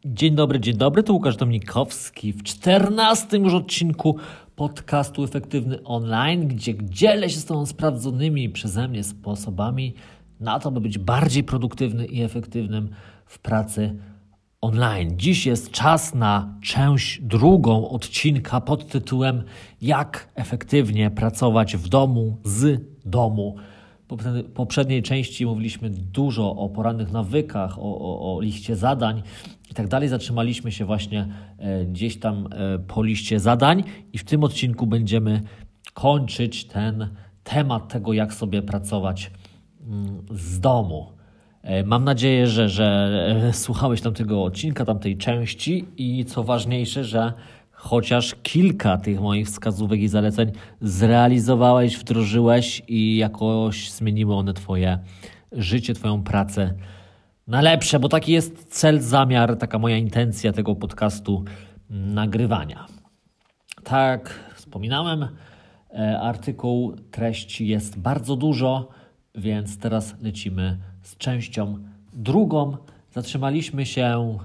Dzień dobry, to Łukasz Dominikowski w 14. już odcinku podcastu Efektywny Online, gdzie dzielę się z Tobą sprawdzonymi przeze mnie sposobami na to, by być bardziej produktywny i efektywnym w pracy online. Dziś jest czas na część drugą odcinka pod tytułem Jak efektywnie pracować w domu, z domu. W poprzedniej części mówiliśmy dużo o porannych nawykach, o liście zadań i tak dalej. Zatrzymaliśmy się właśnie gdzieś tam po liście zadań i w tym odcinku będziemy kończyć ten temat tego, jak sobie pracować z domu. Mam nadzieję, że słuchałeś tamtego odcinka, tamtej części i co ważniejsze, że chociaż kilka tych moich wskazówek i zaleceń zrealizowałeś, wdrożyłeś i jakoś zmieniły one Twoje życie, Twoją pracę na lepsze, bo taki jest cel, zamiar, taka moja intencja tego podcastu nagrywania. Tak, wspominałem, artykuł, treści jest bardzo dużo, więc teraz lecimy z częścią drugą. Zatrzymaliśmy się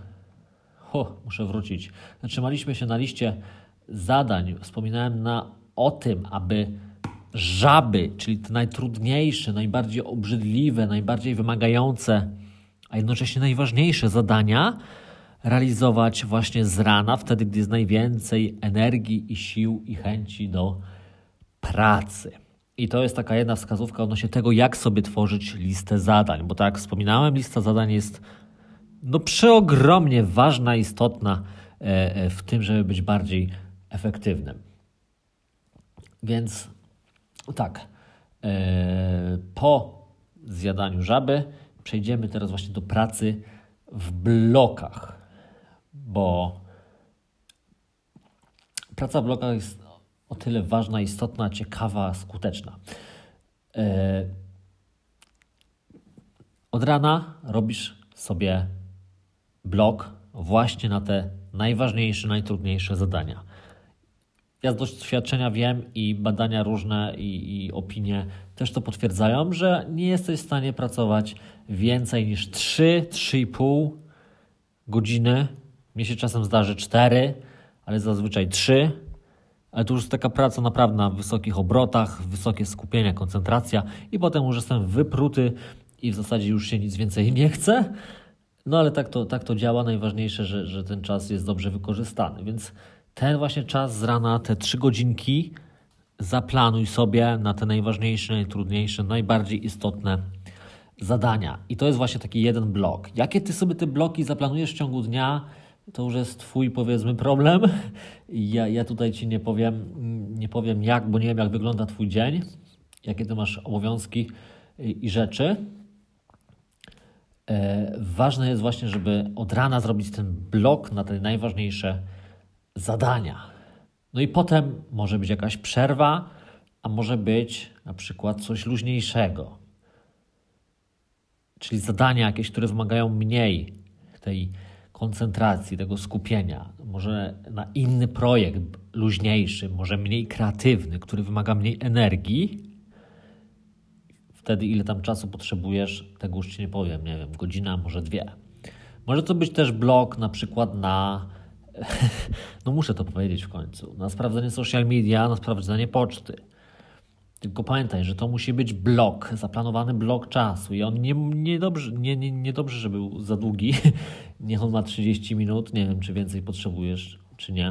na liście zadań. Wspominałem o tym, aby żaby, czyli te najtrudniejsze, najbardziej obrzydliwe, najbardziej wymagające, a jednocześnie najważniejsze zadania realizować właśnie z rana, wtedy, gdy jest najwięcej energii i sił i chęci do pracy. I to jest taka jedna wskazówka odnośnie tego, jak sobie tworzyć listę zadań, bo tak jak wspominałem, lista zadań jest przeogromnie ważna, istotna w tym, żeby być bardziej efektywnym. Więc tak, po zjadaniu żaby przejdziemy teraz właśnie do pracy w blokach, bo praca w blokach jest o tyle ważna, istotna, ciekawa, skuteczna. Od rana robisz sobie blok właśnie na te najważniejsze, najtrudniejsze zadania. Ja z doświadczenia wiem i badania różne i opinie też to potwierdzają, że nie jesteś w stanie pracować więcej niż 3-3,5 godziny. Mnie się czasem zdarzy 4, ale zazwyczaj 3. Ale to już jest taka praca naprawdę na wysokich obrotach, wysokie skupienie, koncentracja i potem już jestem wypruty i w zasadzie już się nic więcej nie chce. No ale tak to działa. Najważniejsze, że ten czas jest dobrze wykorzystany. Więc ten właśnie czas z rana, te 3 godzinki zaplanuj sobie na te najważniejsze, najtrudniejsze, najbardziej istotne zadania. I to jest właśnie taki jeden blok. Jakie ty sobie te bloki zaplanujesz w ciągu dnia, to już jest twój, powiedzmy, problem. Ja tutaj ci nie powiem jak, bo nie wiem, jak wygląda twój dzień, jakie ty masz obowiązki i rzeczy. Ważne jest właśnie, żeby od rana zrobić ten blok na te najważniejsze zadania. No i potem może być jakaś przerwa, a może być na przykład coś luźniejszego. Czyli zadania jakieś, które wymagają mniej tej koncentracji, tego skupienia. Może na inny projekt luźniejszy, może mniej kreatywny, który wymaga mniej energii. Wtedy ile tam czasu potrzebujesz, tego już ci nie powiem, nie wiem, godzina, może 2. Może to być też blok na przykład muszę to powiedzieć w końcu, na sprawdzenie social media, na sprawdzenie poczty. Tylko pamiętaj, że to musi być blok, zaplanowany blok czasu i on niedobrze, żeby był za długi. Niech on ma 30 minut, nie wiem, czy więcej potrzebujesz, czy nie.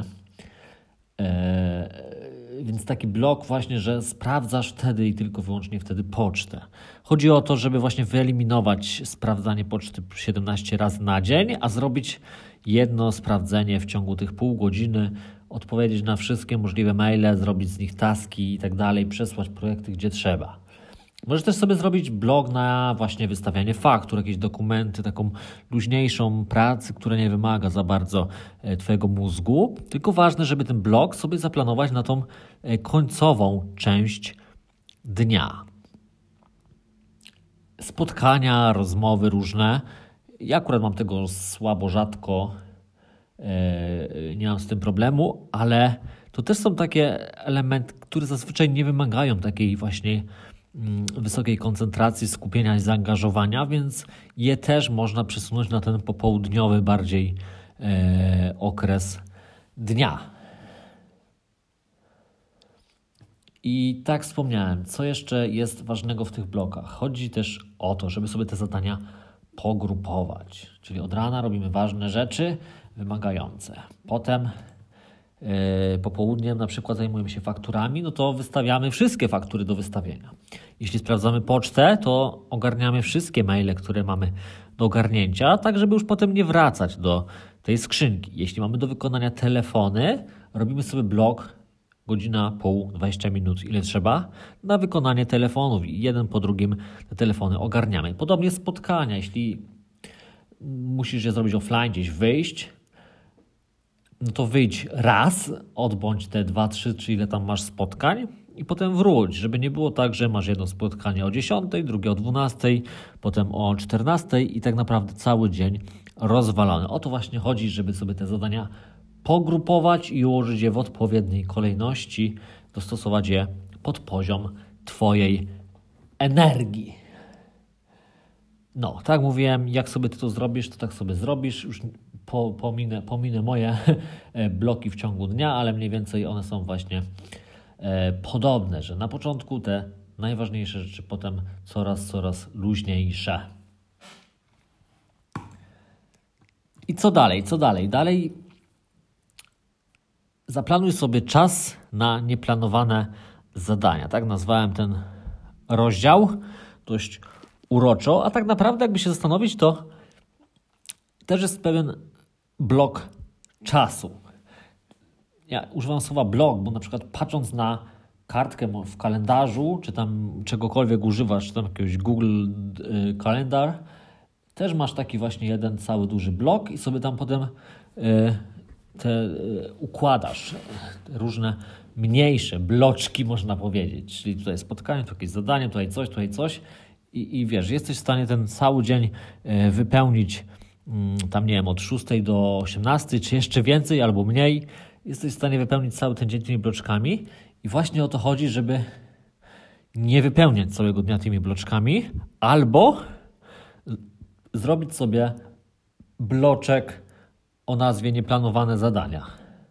Więc taki blok właśnie, że sprawdzasz wtedy i tylko wyłącznie wtedy pocztę. Chodzi o to, żeby właśnie wyeliminować sprawdzanie poczty 17 razy na dzień, a zrobić jedno sprawdzenie w ciągu tych pół godziny, odpowiedzieć na wszystkie możliwe maile, zrobić z nich taski i tak dalej, przesłać projekty gdzie trzeba. Możesz też sobie zrobić blog na właśnie wystawianie faktur, jakieś dokumenty, taką luźniejszą pracę, która nie wymaga za bardzo twojego mózgu. Tylko ważne, żeby ten blog sobie zaplanować na tą końcową część dnia. Spotkania, rozmowy różne. Ja akurat mam tego słabo, rzadko, nie mam z tym problemu, ale to też są takie elementy, które zazwyczaj nie wymagają takiej właśnie wysokiej koncentracji, skupienia i zaangażowania, więc je też można przesunąć na ten popołudniowy bardziej okres dnia. I tak wspomniałem, co jeszcze jest ważnego w tych blokach? Chodzi też o to, żeby sobie te zadania pogrupować. Czyli od rana robimy ważne rzeczy, wymagające. Potem popołudniem na przykład zajmujemy się fakturami, no to wystawiamy wszystkie faktury do wystawienia. Jeśli sprawdzamy pocztę, to ogarniamy wszystkie maile, które mamy do ogarnięcia, tak żeby już potem nie wracać do tej skrzynki. Jeśli mamy do wykonania telefony, robimy sobie blok godzina, pół, 20 minut, ile trzeba, na wykonanie telefonów i jeden po drugim te telefony ogarniamy. Podobnie spotkania, jeśli musisz je zrobić offline, gdzieś wyjść, no to wyjdź raz, odbądź te 2, 3, czy ile tam masz spotkań i potem wróć, żeby nie było tak, że masz jedno spotkanie o 10, drugie o 12, potem o 14 i tak naprawdę cały dzień rozwalony. O to właśnie chodzi, żeby sobie te zadania pogrupować i ułożyć je w odpowiedniej kolejności, dostosować je pod poziom Twojej energii. No, tak mówiłem, jak sobie Ty to zrobisz, to tak sobie zrobisz. Już pominę moje bloki w ciągu dnia, ale mniej więcej one są właśnie podobne, że na początku te najważniejsze rzeczy, potem coraz luźniejsze. I co dalej? Dalej zaplanuj sobie czas na nieplanowane zadania. Tak nazwałem ten rozdział dość uroczo, a tak naprawdę jakby się zastanowić, to też jest pewien blok czasu. Ja używam słowa blok, bo na przykład patrząc na kartkę w kalendarzu, czy tam czegokolwiek używasz, czy tam jakiegoś Google kalendar, też masz taki właśnie jeden cały duży blok i sobie tam potem układasz różne mniejsze bloczki, można powiedzieć. Czyli tutaj spotkanie, tu jakieś zadanie, tutaj coś. I wiesz, jesteś w stanie ten cały dzień wypełnić tam, nie wiem, od 6 do 18, czy jeszcze więcej albo mniej. Jesteś w stanie wypełnić cały ten dzień tymi bloczkami i właśnie o to chodzi, żeby nie wypełniać całego dnia tymi bloczkami, albo zrobić sobie bloczek o nazwie nieplanowane zadania.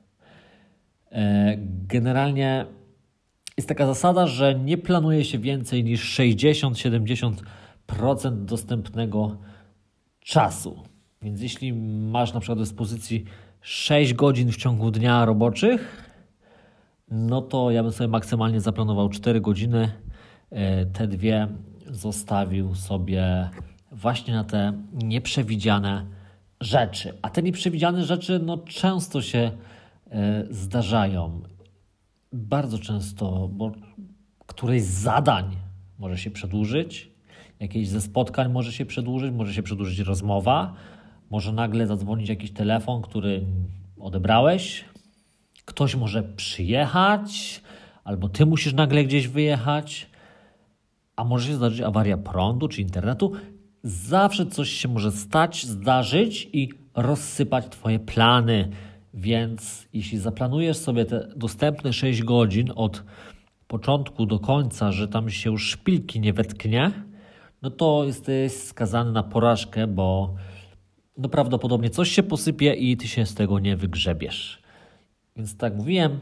Generalnie jest taka zasada, że nie planuje się więcej niż 60-70% dostępnego czasu. Więc jeśli masz na przykład do dyspozycji 6 godzin w ciągu dnia roboczych, no to ja bym sobie maksymalnie zaplanował 4 godziny. Te 2 zostawił sobie właśnie na te nieprzewidziane rzeczy. A te nieprzewidziane rzeczy no często się zdarzają. Bardzo często, bo któreś z zadań może się przedłużyć, jakieś ze spotkań może się przedłużyć rozmowa, może nagle zadzwonić jakiś telefon, który odebrałeś, ktoś może przyjechać, albo ty musisz nagle gdzieś wyjechać, a może się zdarzyć awaria prądu czy internetu. Zawsze coś się może zdarzyć i rozsypać twoje plany. Więc jeśli zaplanujesz sobie te dostępne 6 godzin od początku do końca, że tam się już szpilki nie wetknie, no to jesteś skazany na porażkę, bo no prawdopodobnie coś się posypie i ty się z tego nie wygrzebiesz. Więc tak mówiłem,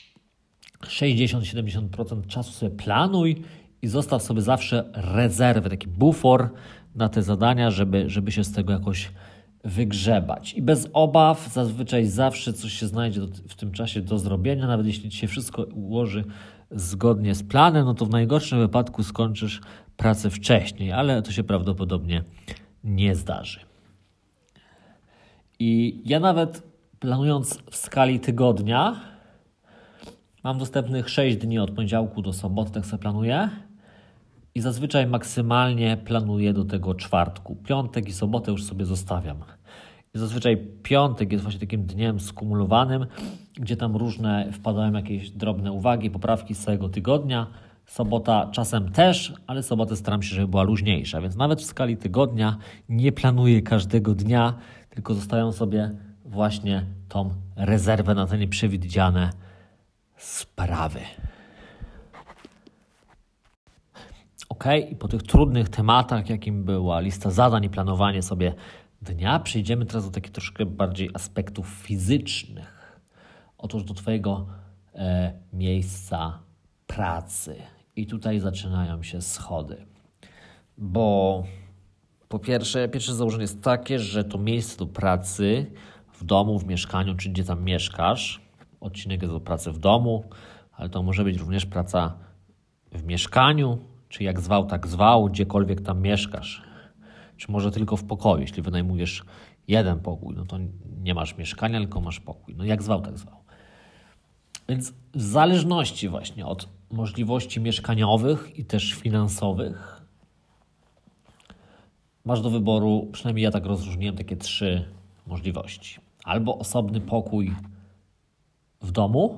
60-70% czasu sobie planuj i zostaw sobie zawsze rezerwę, taki bufor na te zadania, żeby się z tego jakoś wygrzebać. I bez obaw zazwyczaj zawsze coś się znajdzie w tym czasie do zrobienia. Nawet jeśli ci się wszystko ułoży zgodnie z planem, no to w najgorszym wypadku skończysz pracę wcześniej, ale to się prawdopodobnie nie zdarzy. I ja nawet planując w skali tygodnia, mam dostępnych 6 dni od poniedziałku do soboty, tak sobie planuję. I zazwyczaj maksymalnie planuję do tego czwartku. Piątek i sobotę już sobie zostawiam. I zazwyczaj piątek jest właśnie takim dniem skumulowanym, gdzie tam różne wpadają jakieś drobne uwagi, poprawki z całego tygodnia. Sobota czasem też, ale sobotę staram się, żeby była luźniejsza. Więc nawet w skali tygodnia nie planuję każdego dnia, tylko zostawiam sobie właśnie tą rezerwę na te nieprzewidziane sprawy. I po tych trudnych tematach, jakim była lista zadań i planowanie sobie dnia przejdziemy teraz do takich troszkę bardziej aspektów fizycznych. Otóż do twojego miejsca pracy. I tutaj zaczynają się schody. Bo po pierwsze założenie jest takie, że to miejsce do pracy w domu, w mieszkaniu, czy gdzie tam mieszkasz. Odcinek jest do pracy w domu, ale to może być również praca w mieszkaniu, czy jak zwał, tak zwał, gdziekolwiek tam mieszkasz. Czy może tylko w pokoju. Jeśli wynajmujesz jeden pokój, no to nie masz mieszkania, tylko masz pokój. No jak zwał, tak zwał. Więc w zależności właśnie od możliwości mieszkaniowych i też finansowych masz do wyboru, przynajmniej ja tak rozróżniłem, takie 3 możliwości. Albo osobny pokój w domu,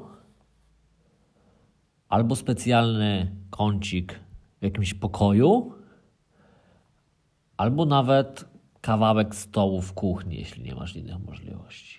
albo specjalny kącik w jakimś pokoju, albo nawet kawałek stołu w kuchni, jeśli nie masz innych możliwości.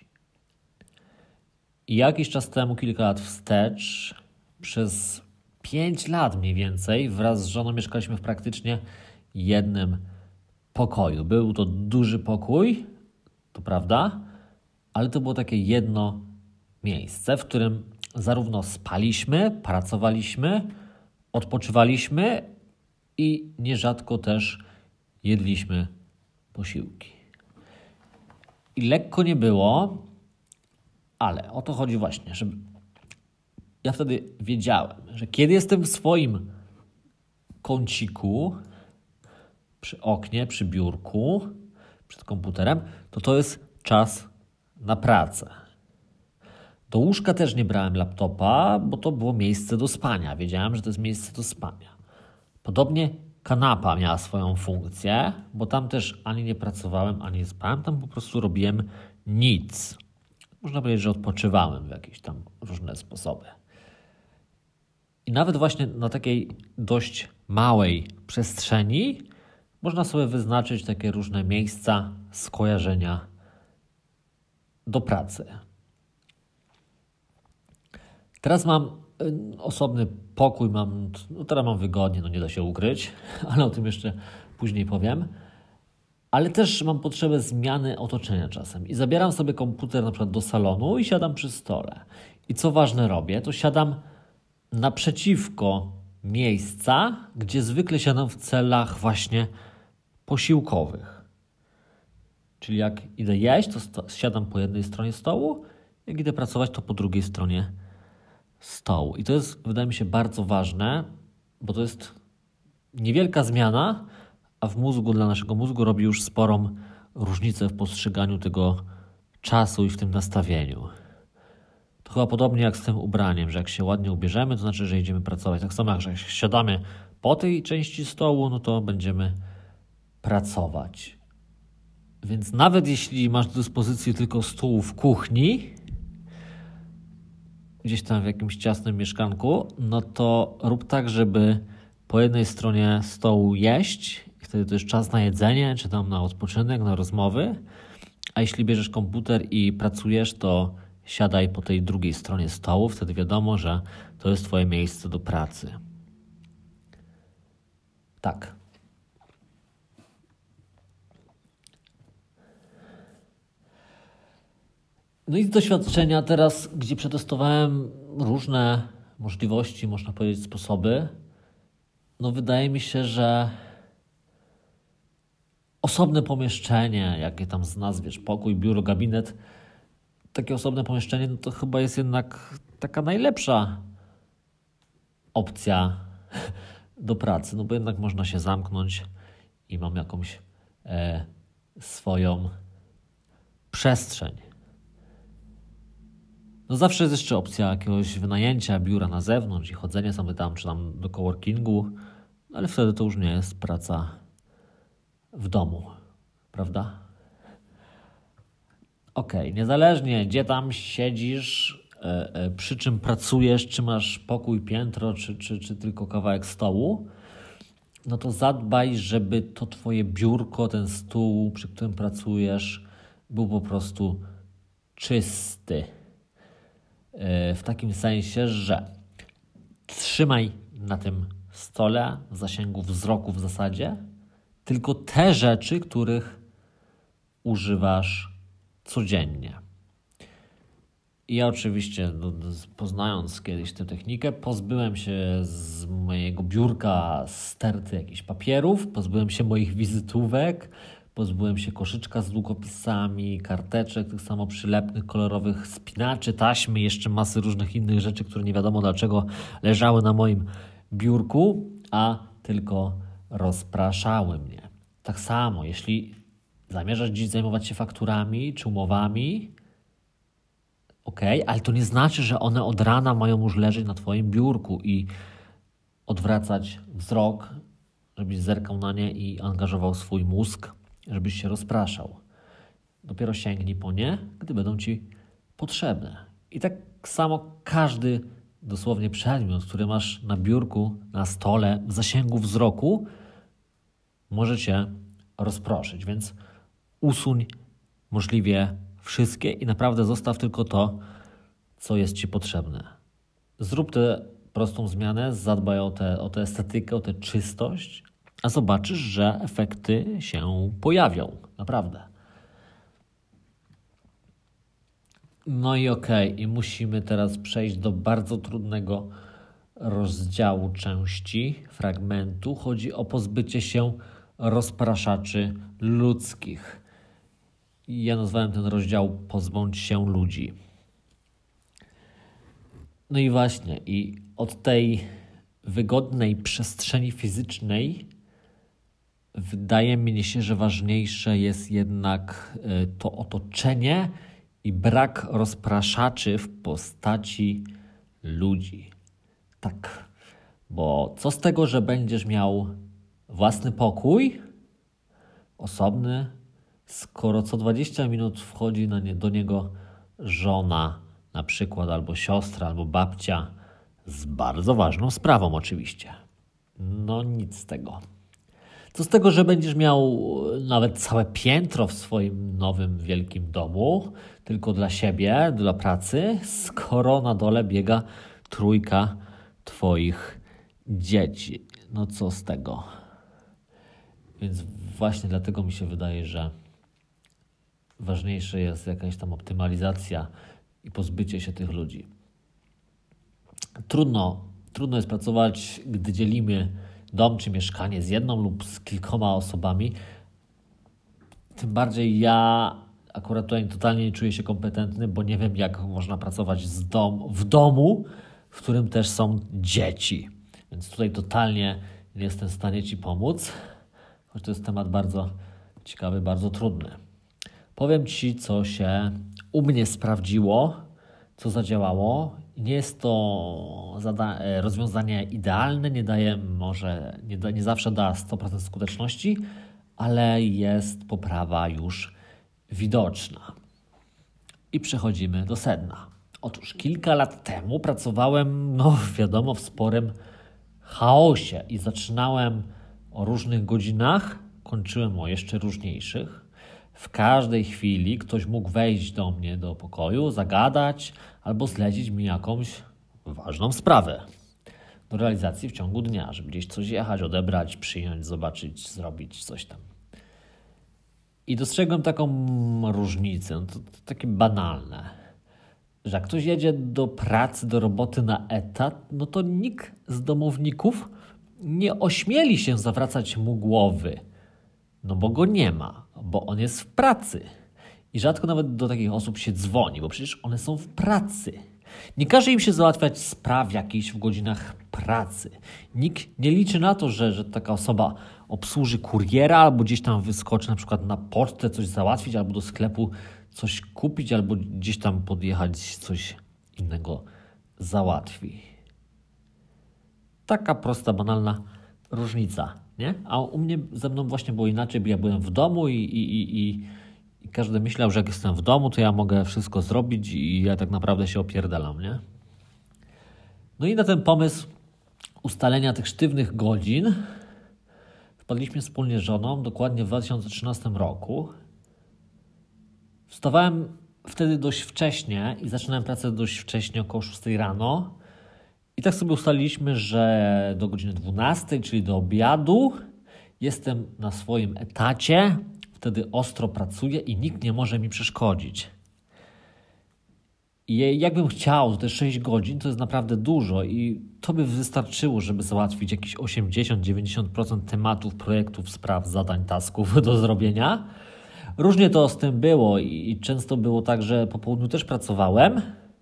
I jakiś czas temu, kilka lat wstecz, przez 5 lat mniej więcej, wraz z żoną mieszkaliśmy w praktycznie jednym pokoju. Był to duży pokój, to prawda, ale to było takie jedno miejsce, w którym zarówno spaliśmy, pracowaliśmy, odpoczywaliśmy i nierzadko też jedliśmy posiłki. I lekko nie było, ale o to chodzi właśnie, że ja wtedy wiedziałem, że kiedy jestem w swoim kąciku, przy oknie, przy biurku, przed komputerem, to jest czas na pracę. Do łóżka też nie brałem laptopa, bo to było miejsce do spania. Wiedziałem, że to jest miejsce do spania. Podobnie kanapa miała swoją funkcję, bo tam też ani nie pracowałem, ani nie spałem, tam po prostu robiłem nic. Można powiedzieć, że odpoczywałem w jakieś tam różne sposoby. I nawet właśnie na takiej dość małej przestrzeni można sobie wyznaczyć takie różne miejsca skojarzenia do pracy. Teraz mam osobny pokój, teraz mam wygodnie, nie da się ukryć, ale o tym jeszcze później powiem. Ale też mam potrzebę zmiany otoczenia czasem i zabieram sobie komputer na przykład do salonu i siadam przy stole. I co ważne robię, to siadam naprzeciwko miejsca, gdzie zwykle siadam w celach właśnie posiłkowych. Czyli jak idę jeść, to siadam po jednej stronie stołu, jak idę pracować, to po drugiej stronie stołu. I to jest, wydaje mi się, bardzo ważne, bo to jest niewielka zmiana, a dla naszego mózgu robi już sporą różnicę w postrzeganiu tego czasu i w tym nastawieniu. To chyba podobnie jak z tym ubraniem, że jak się ładnie ubierzemy, to znaczy, że idziemy pracować. Tak samo jak że siadamy po tej części stołu, no to będziemy pracować. Więc nawet jeśli masz do dyspozycji tylko stół w kuchni, gdzieś tam w jakimś ciasnym mieszkanku, no to rób tak, żeby po jednej stronie stołu jeść, wtedy to jest czas na jedzenie, czy tam na odpoczynek, na rozmowy, a jeśli bierzesz komputer i pracujesz, to siadaj po tej drugiej stronie stołu, wtedy wiadomo, że to jest twoje miejsce do pracy. Tak. No i z doświadczenia teraz, gdzie przetestowałem różne możliwości, można powiedzieć sposoby, no wydaje mi się, że osobne pomieszczenie, jakie tam nazwiesz, pokój, biuro, gabinet, takie osobne pomieszczenie, no to chyba jest jednak taka najlepsza opcja do pracy, no bo jednak można się zamknąć i mam jakąś swoją przestrzeń. No zawsze jest jeszcze opcja jakiegoś wynajęcia biura na zewnątrz i chodzenia sobie tam, czy tam do coworkingu, ale wtedy to już nie jest praca w domu, prawda? Okej, niezależnie gdzie tam siedzisz, przy czym pracujesz, czy masz pokój, piętro, czy tylko kawałek stołu, no to zadbaj, żeby to twoje biurko, ten stół, przy którym pracujesz, był po prostu czysty. W takim sensie, że trzymaj na tym stole w zasięgu wzroku w zasadzie tylko te rzeczy, których używasz codziennie. I ja oczywiście, poznając kiedyś tę technikę, pozbyłem się z mojego biurka sterty jakichś papierów, pozbyłem się moich wizytówek, pozbyłem się koszyczka z długopisami, karteczek, tych samo przylepnych, kolorowych spinaczy, taśmy, jeszcze masy różnych innych rzeczy, które nie wiadomo dlaczego leżały na moim biurku, a tylko rozpraszały mnie. Tak samo, jeśli zamierzasz dziś zajmować się fakturami czy umowami, ale to nie znaczy, że one od rana mają już leżeć na twoim biurku i odwracać wzrok, żebyś zerkał na nie i angażował swój mózg, żebyś się rozpraszał. Dopiero sięgnij po nie, gdy będą ci potrzebne. I tak samo każdy dosłownie przedmiot, który masz na biurku, na stole, w zasięgu wzroku, może cię rozproszyć. Więc usuń możliwie wszystkie i naprawdę zostaw tylko to, co jest ci potrzebne. Zrób tę prostą zmianę, zadbaj o tę estetykę, o tę czystość, a zobaczysz, że efekty się pojawią. Naprawdę. No i i musimy teraz przejść do bardzo trudnego rozdziału części, fragmentu. Chodzi o pozbycie się rozpraszaczy ludzkich. Ja nazwałem ten rozdział Pozbądź się ludzi. No i właśnie, i od tej wygodnej przestrzeni fizycznej wydaje mi się, że ważniejsze jest jednak to otoczenie i brak rozpraszaczy w postaci ludzi. Tak, bo co z tego, że będziesz miał własny pokój, osobny, skoro co 20 minut wchodzi do niego żona, na przykład, albo siostra, albo babcia, z bardzo ważną sprawą oczywiście. No nic z tego. Co z tego, że będziesz miał nawet całe piętro w swoim nowym, wielkim domu, tylko dla siebie, dla pracy, skoro na dole biega 3 twoich dzieci. No co z tego? Więc właśnie dlatego mi się wydaje, że ważniejsze jest jakaś tam optymalizacja i pozbycie się tych ludzi. Trudno jest pracować, gdy dzielimy dom czy mieszkanie z jedną lub z kilkoma osobami. Tym bardziej ja akurat tutaj totalnie nie czuję się kompetentny, bo nie wiem, jak można pracować w domu, w którym też są dzieci. Więc tutaj totalnie nie jestem w stanie ci pomóc, choć to jest temat bardzo ciekawy, bardzo trudny. Powiem ci, co się u mnie sprawdziło, co zadziałało. Nie jest to rozwiązanie idealne, nie zawsze da 100% skuteczności, ale jest poprawa już widoczna. I przechodzimy do sedna. Otóż kilka lat temu pracowałem, w sporym chaosie i zaczynałem o różnych godzinach, kończyłem o jeszcze różniejszych. W każdej chwili ktoś mógł wejść do mnie do pokoju, zagadać albo zlecić mi jakąś ważną sprawę do realizacji w ciągu dnia, żeby gdzieś coś jechać, odebrać, przyjąć, zobaczyć, zrobić coś tam. I dostrzegłem taką różnicę, to takie banalne, że jak ktoś jedzie do pracy, do roboty na etat, no to nikt z domowników nie ośmieli się zawracać mu głowy, no bo go nie ma, bo on jest w pracy. I rzadko nawet do takich osób się dzwoni, bo przecież one są w pracy. Nie każe im się załatwiać spraw jakichś w godzinach pracy. Nikt nie liczy na to, że taka osoba obsłuży kuriera albo gdzieś tam wyskoczy na przykład na pocztę coś załatwić, albo do sklepu coś kupić, albo gdzieś tam podjechać coś innego załatwi. Taka prosta, banalna różnica, nie? A ze mną właśnie było inaczej, bo ja byłem w domu i każdy myślał, że jak jestem w domu, to ja mogę wszystko zrobić i ja tak naprawdę się opierdalam, nie? No i na ten pomysł ustalenia tych sztywnych godzin wpadliśmy wspólnie z żoną dokładnie w 2013 roku. Wstawałem wtedy dość wcześnie i zaczynałem pracę dość wcześnie, około 6 rano. I tak sobie ustaliliśmy, że do godziny 12, czyli do obiadu, jestem na swoim etacie, wtedy ostro pracuję i nikt nie może mi przeszkodzić. I jakbym chciał, to te 6 godzin to jest naprawdę dużo i to by wystarczyło, żeby załatwić jakieś 80-90% tematów, projektów, spraw, zadań, tasków do zrobienia. Różnie to z tym było i często było tak, że po południu też pracowałem.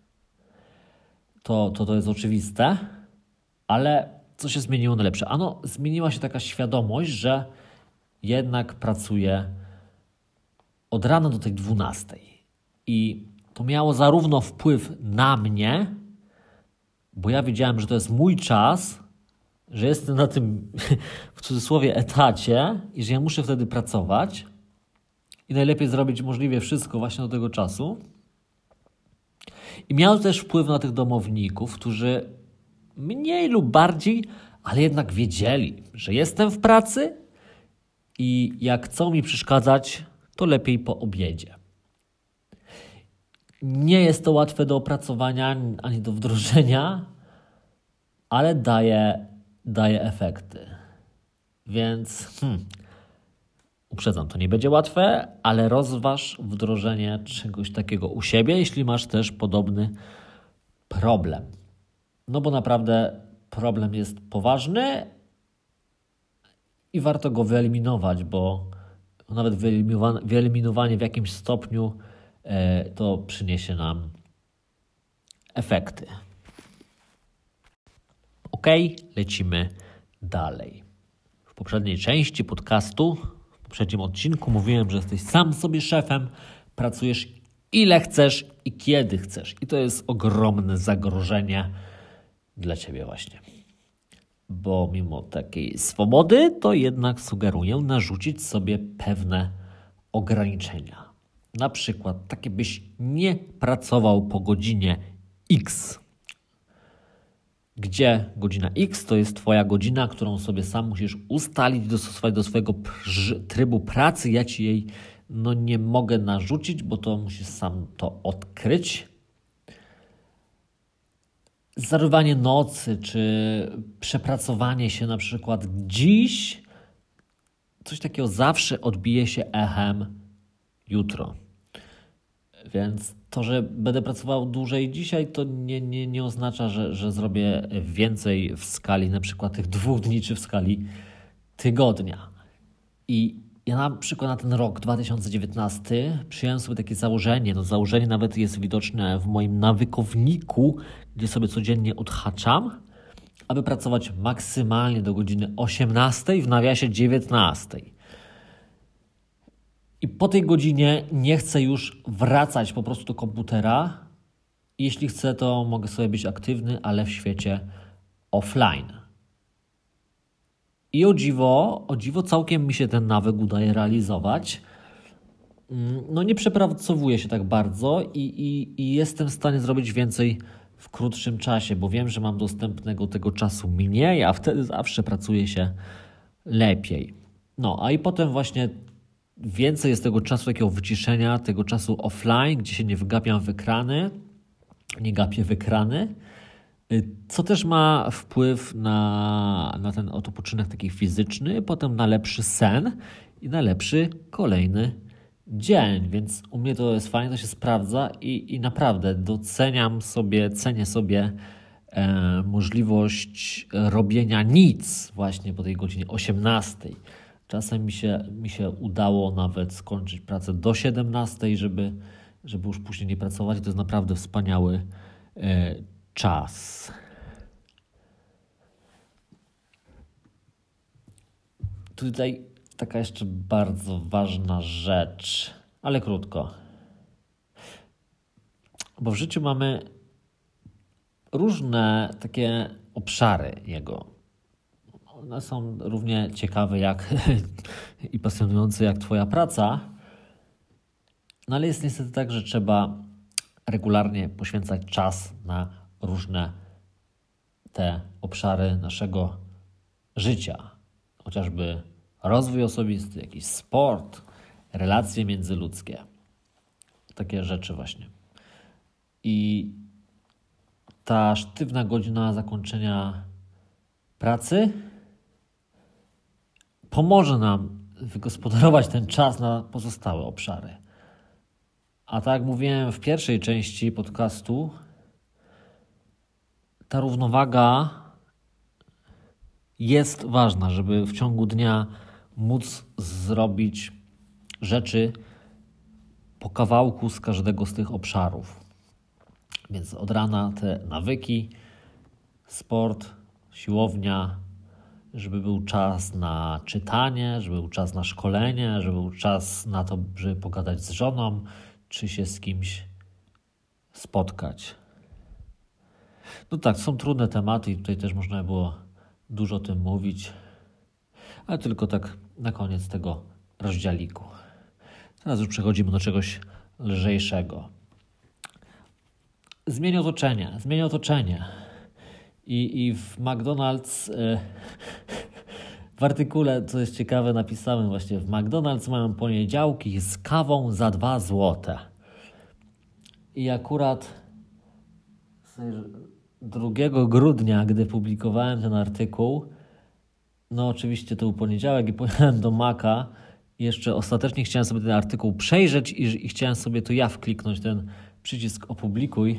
To jest oczywiste, ale co się zmieniło na lepsze? Ano, zmieniła się taka świadomość, że jednak pracuję od rana do tej 12. I to miało zarówno wpływ na mnie, bo ja wiedziałem, że to jest mój czas, że jestem na tym, w cudzysłowie, etacie i że ja muszę wtedy pracować i najlepiej zrobić możliwie wszystko właśnie do tego czasu. I miał też wpływ na tych domowników, którzy mniej lub bardziej, ale jednak wiedzieli, że jestem w pracy i jak chcą mi przeszkadzać, to lepiej po obiedzie. Nie jest to łatwe do opracowania ani do wdrożenia, ale daje efekty. Więc uprzedzam, to nie będzie łatwe, ale rozważ wdrożenie czegoś takiego u siebie, jeśli masz też podobny problem. No bo naprawdę problem jest poważny i warto go wyeliminować, bo nawet wyeliminowanie w jakimś stopniu to przyniesie nam efekty. Ok, lecimy dalej. W poprzedniej części podcastu, w poprzednim odcinku mówiłem, że jesteś sam sobie szefem, pracujesz ile chcesz i kiedy chcesz. I to jest ogromne zagrożenie dla Ciebie właśnie. Bo mimo takiej swobody, to jednak sugeruję narzucić sobie pewne ograniczenia. Na przykład takie, byś nie pracował po godzinie X. Gdzie godzina X to jest Twoja godzina, którą sobie sam musisz ustalić, dostosować do swojego trybu pracy. Ja Ci jej nie mogę narzucić, bo to musisz sam to odkryć. Zarywanie nocy, czy przepracowanie się na przykład dziś, coś takiego zawsze odbije się echem jutro. Więc to, że będę pracował dłużej dzisiaj, to nie oznacza, że zrobię więcej w skali na przykład tych 2 dni, czy w skali tygodnia. I ja na przykład na ten rok 2019 przyjąłem sobie takie założenie. No założenie nawet jest widoczne w moim nawykowniku, gdzie sobie codziennie odhaczam, aby pracować maksymalnie do godziny 18, w nawiasie 19. I po tej godzinie nie chcę już wracać po prostu do komputera. Jeśli chcę, to mogę sobie być aktywny, ale w świecie offline. I o dziwo całkiem mi się ten nawyk udaje realizować. Nie przepracowuję się tak bardzo i jestem w stanie zrobić więcej w krótszym czasie, bo wiem, że mam dostępnego tego czasu mniej, a wtedy zawsze pracuje się lepiej. A i potem właśnie więcej jest tego czasu takiego wyciszenia, tego czasu offline, gdzie się nie wgapiam w ekrany, nie gapię w ekrany, co też ma wpływ na ten odpoczynek taki fizyczny, potem na lepszy sen i na lepszy kolejny dzień. Więc u mnie to jest fajnie, to się sprawdza i naprawdę cenię sobie możliwość robienia nic właśnie po tej godzinie 18. Czasem mi się udało nawet skończyć pracę do 17, żeby już później nie pracować. To jest naprawdę wspaniały czas. Tutaj taka jeszcze bardzo ważna rzecz, ale krótko. Bo w życiu mamy różne takie obszary jego. One są równie ciekawe i pasjonujące jak Twoja praca, ale jest niestety tak, że trzeba regularnie poświęcać czas na różne te obszary naszego życia. Chociażby rozwój osobisty, jakiś sport, relacje międzyludzkie. Takie rzeczy właśnie. I ta sztywna godzina zakończenia pracy pomoże nam wygospodarować ten czas na pozostałe obszary. A tak jak mówiłem w pierwszej części podcastu, ta równowaga jest ważna, żeby w ciągu dnia móc zrobić rzeczy po kawałku z każdego z tych obszarów. Więc od rana te nawyki, sport, siłownia, żeby był czas na czytanie, żeby był czas na szkolenie, żeby był czas na to, żeby pogadać z żoną, czy się z kimś spotkać. No tak, są trudne tematy i tutaj też można było dużo o tym mówić, ale tylko tak na koniec tego rozdziałiku. Teraz już przechodzimy do czegoś lżejszego. Zmień otoczenie. I w McDonald's, w artykule, co jest ciekawe, napisałem właśnie, w McDonald's mają poniedziałki z kawą za 2 złote. I akurat 2 grudnia, gdy publikowałem ten artykuł, no oczywiście to był poniedziałek i pojechałem do Maka. Jeszcze ostatecznie chciałem sobie ten artykuł przejrzeć i chciałem sobie to ja wkliknąć, ten przycisk opublikuj.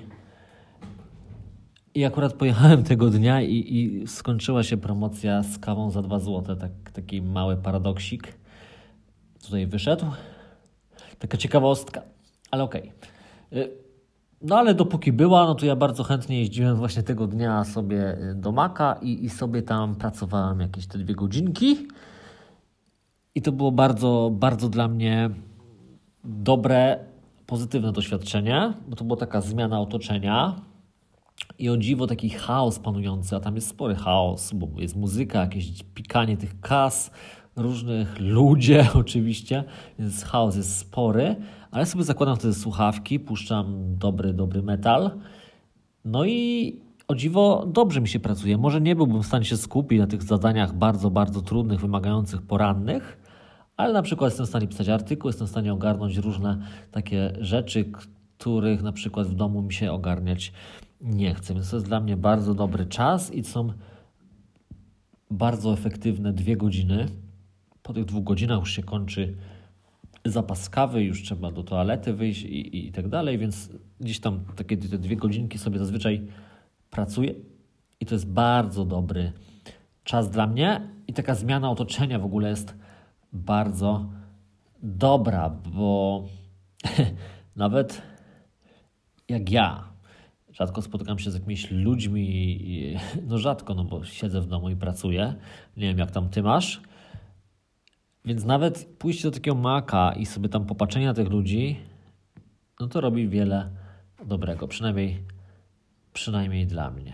I akurat pojechałem tego dnia i skończyła się promocja z kawą za 2 zł. Taki mały paradoksik tutaj wyszedł. Taka ciekawostka, ale okej. No ale dopóki była, no to ja bardzo chętnie jeździłem właśnie tego dnia sobie do Maka i sobie tam pracowałem jakieś te 2 godzinki. I to było bardzo, bardzo dla mnie dobre, pozytywne doświadczenie, bo to była taka zmiana otoczenia i o dziwo taki chaos panujący, a tam jest spory chaos, bo jest muzyka, jakieś pikanie tych kas, różnych ludzie oczywiście, więc chaos jest spory, ale sobie zakładam wtedy słuchawki, puszczam dobry metal, no i o dziwo dobrze mi się pracuje. Może nie byłbym w stanie się skupić na tych zadaniach bardzo, bardzo trudnych, wymagających porannych, ale na przykład jestem w stanie pisać artykuł, jestem w stanie ogarnąć różne takie rzeczy, których na przykład w domu mi się ogarniać nie chce. Więc to jest dla mnie bardzo dobry czas i są bardzo efektywne 2 godziny. Po tych 2 godzinach już się kończy zapas kawy, już trzeba do toalety wyjść i tak dalej, więc gdzieś tam takie te 2 godzinki sobie zazwyczaj pracuję i to jest bardzo dobry czas dla mnie i taka zmiana otoczenia w ogóle jest bardzo dobra, bo nawet jak ja rzadko spotykam się z jakimiś ludźmi, no rzadko, no bo siedzę w domu i pracuję, nie wiem jak tam ty masz, więc nawet pójście do takiego Maka i sobie tam popatrzenie na tych ludzi, no to robi wiele dobrego, przynajmniej dla mnie.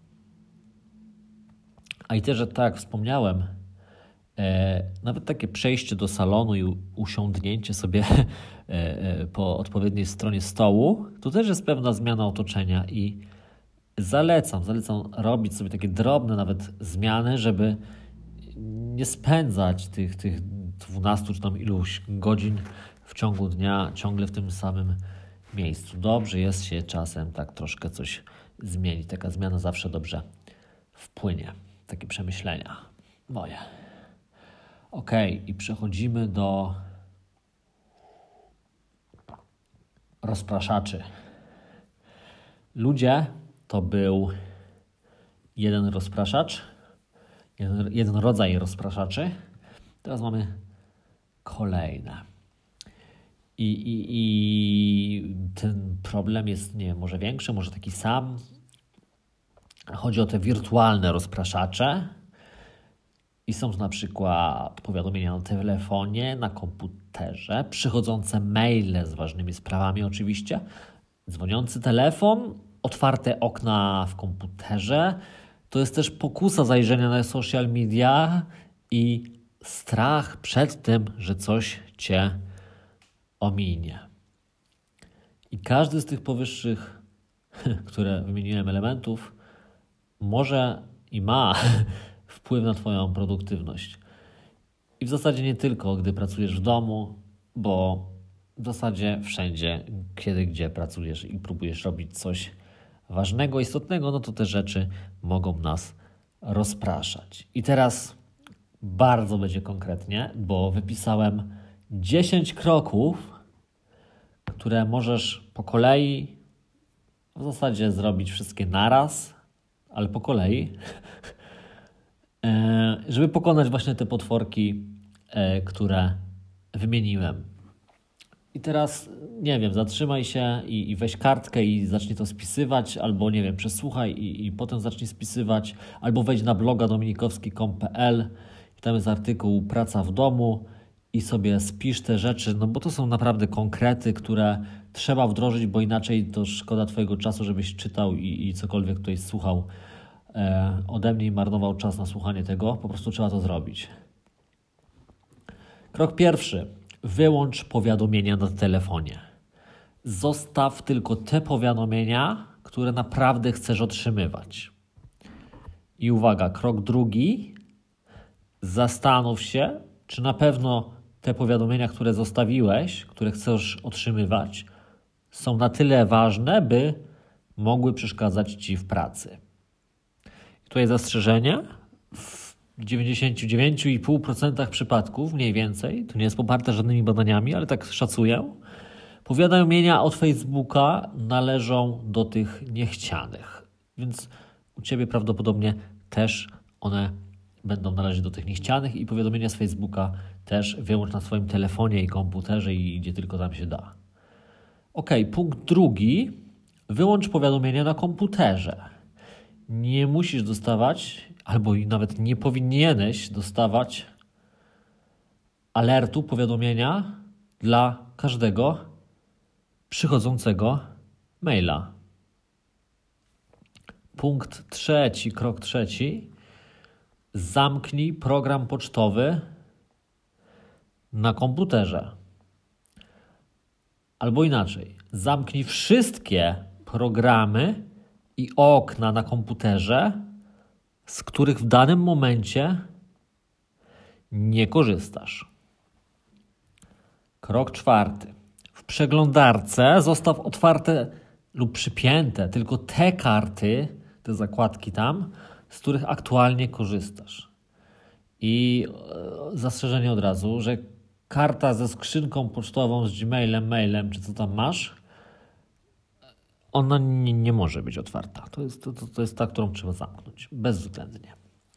A i też, że tak jak wspomniałem, nawet takie przejście do salonu i usiądnięcie sobie po odpowiedniej stronie stołu, to też jest pewna zmiana otoczenia i zalecam robić sobie takie drobne nawet zmiany, żeby nie spędzać tych 12 czy tam iluś godzin w ciągu dnia ciągle w tym samym miejscu. Dobrze jest się czasem tak troszkę coś zmienić. Taka zmiana zawsze dobrze wpłynie. Takie przemyślenia moje. Okej, i przechodzimy do rozpraszaczy. Ludzie to był jeden rozpraszacz, jeden rodzaj rozpraszaczy. Teraz mamy kolejne. I ten problem jest, nie wiem, może większy, może taki sam. Chodzi o te wirtualne rozpraszacze. I są to na przykład powiadomienia na telefonie, na komputerze, przychodzące maile z ważnymi sprawami oczywiście, dzwoniący telefon, otwarte okna w komputerze. To jest też pokusa zajrzenia na social media i strach przed tym, że coś cię ominie. I każdy z tych powyższych, które wymieniłem elementów, może i ma wpływ na twoją produktywność. I w zasadzie nie tylko, gdy pracujesz w domu, bo w zasadzie wszędzie, gdzie pracujesz i próbujesz robić coś ważnego, istotnego, no to te rzeczy mogą nas rozpraszać. I teraz bardzo będzie konkretnie, bo wypisałem 10 kroków, które możesz po kolei w zasadzie zrobić wszystkie naraz, ale po kolei, żeby pokonać właśnie te potworki, które wymieniłem. I teraz, nie wiem, zatrzymaj się i weź kartkę i zacznij to spisywać, albo nie wiem, przesłuchaj i potem zacznij spisywać, albo wejdź na bloga dominikowski.com.pl i tam jest artykuł Praca w domu i sobie spisz te rzeczy, no bo to są naprawdę konkrety, które trzeba wdrożyć, bo inaczej to szkoda twojego czasu, żebyś czytał i cokolwiek tutaj słuchał ode mnie i marnował czas na słuchanie tego. Po prostu trzeba to zrobić. Krok pierwszy. Wyłącz powiadomienia na telefonie. Zostaw tylko te powiadomienia, które naprawdę chcesz otrzymywać. I uwaga, krok drugi. Zastanów się, czy na pewno te powiadomienia, które zostawiłeś, które chcesz otrzymywać, są na tyle ważne, by mogły przeszkadzać Ci w pracy. Tutaj zastrzeżenie. W 99,5% przypadków, mniej więcej, to nie jest poparte żadnymi badaniami, ale tak szacuję, powiadomienia od Facebooka należą do tych niechcianych. Więc u Ciebie prawdopodobnie też one będą należeć do tych niechcianych i powiadomienia z Facebooka też wyłącz na swoim telefonie i komputerze i gdzie tylko tam się da. Punkt drugi. Wyłącz powiadomienia na komputerze. Nie musisz dostawać, albo nawet nie powinieneś dostawać alertu, powiadomienia dla każdego przychodzącego maila. Krok trzeci. Zamknij program pocztowy na komputerze. Albo inaczej, zamknij wszystkie programy i okna na komputerze, z których w danym momencie nie korzystasz. Krok czwarty. W przeglądarce zostaw otwarte lub przypięte tylko te karty, te zakładki tam, z których aktualnie korzystasz. I zastrzeżenie od razu, że karta ze skrzynką pocztową, z Gmailem, mailem, czy co tam masz, ona nie może być otwarta. To jest ta, którą trzeba zamknąć. Bezwzględnie.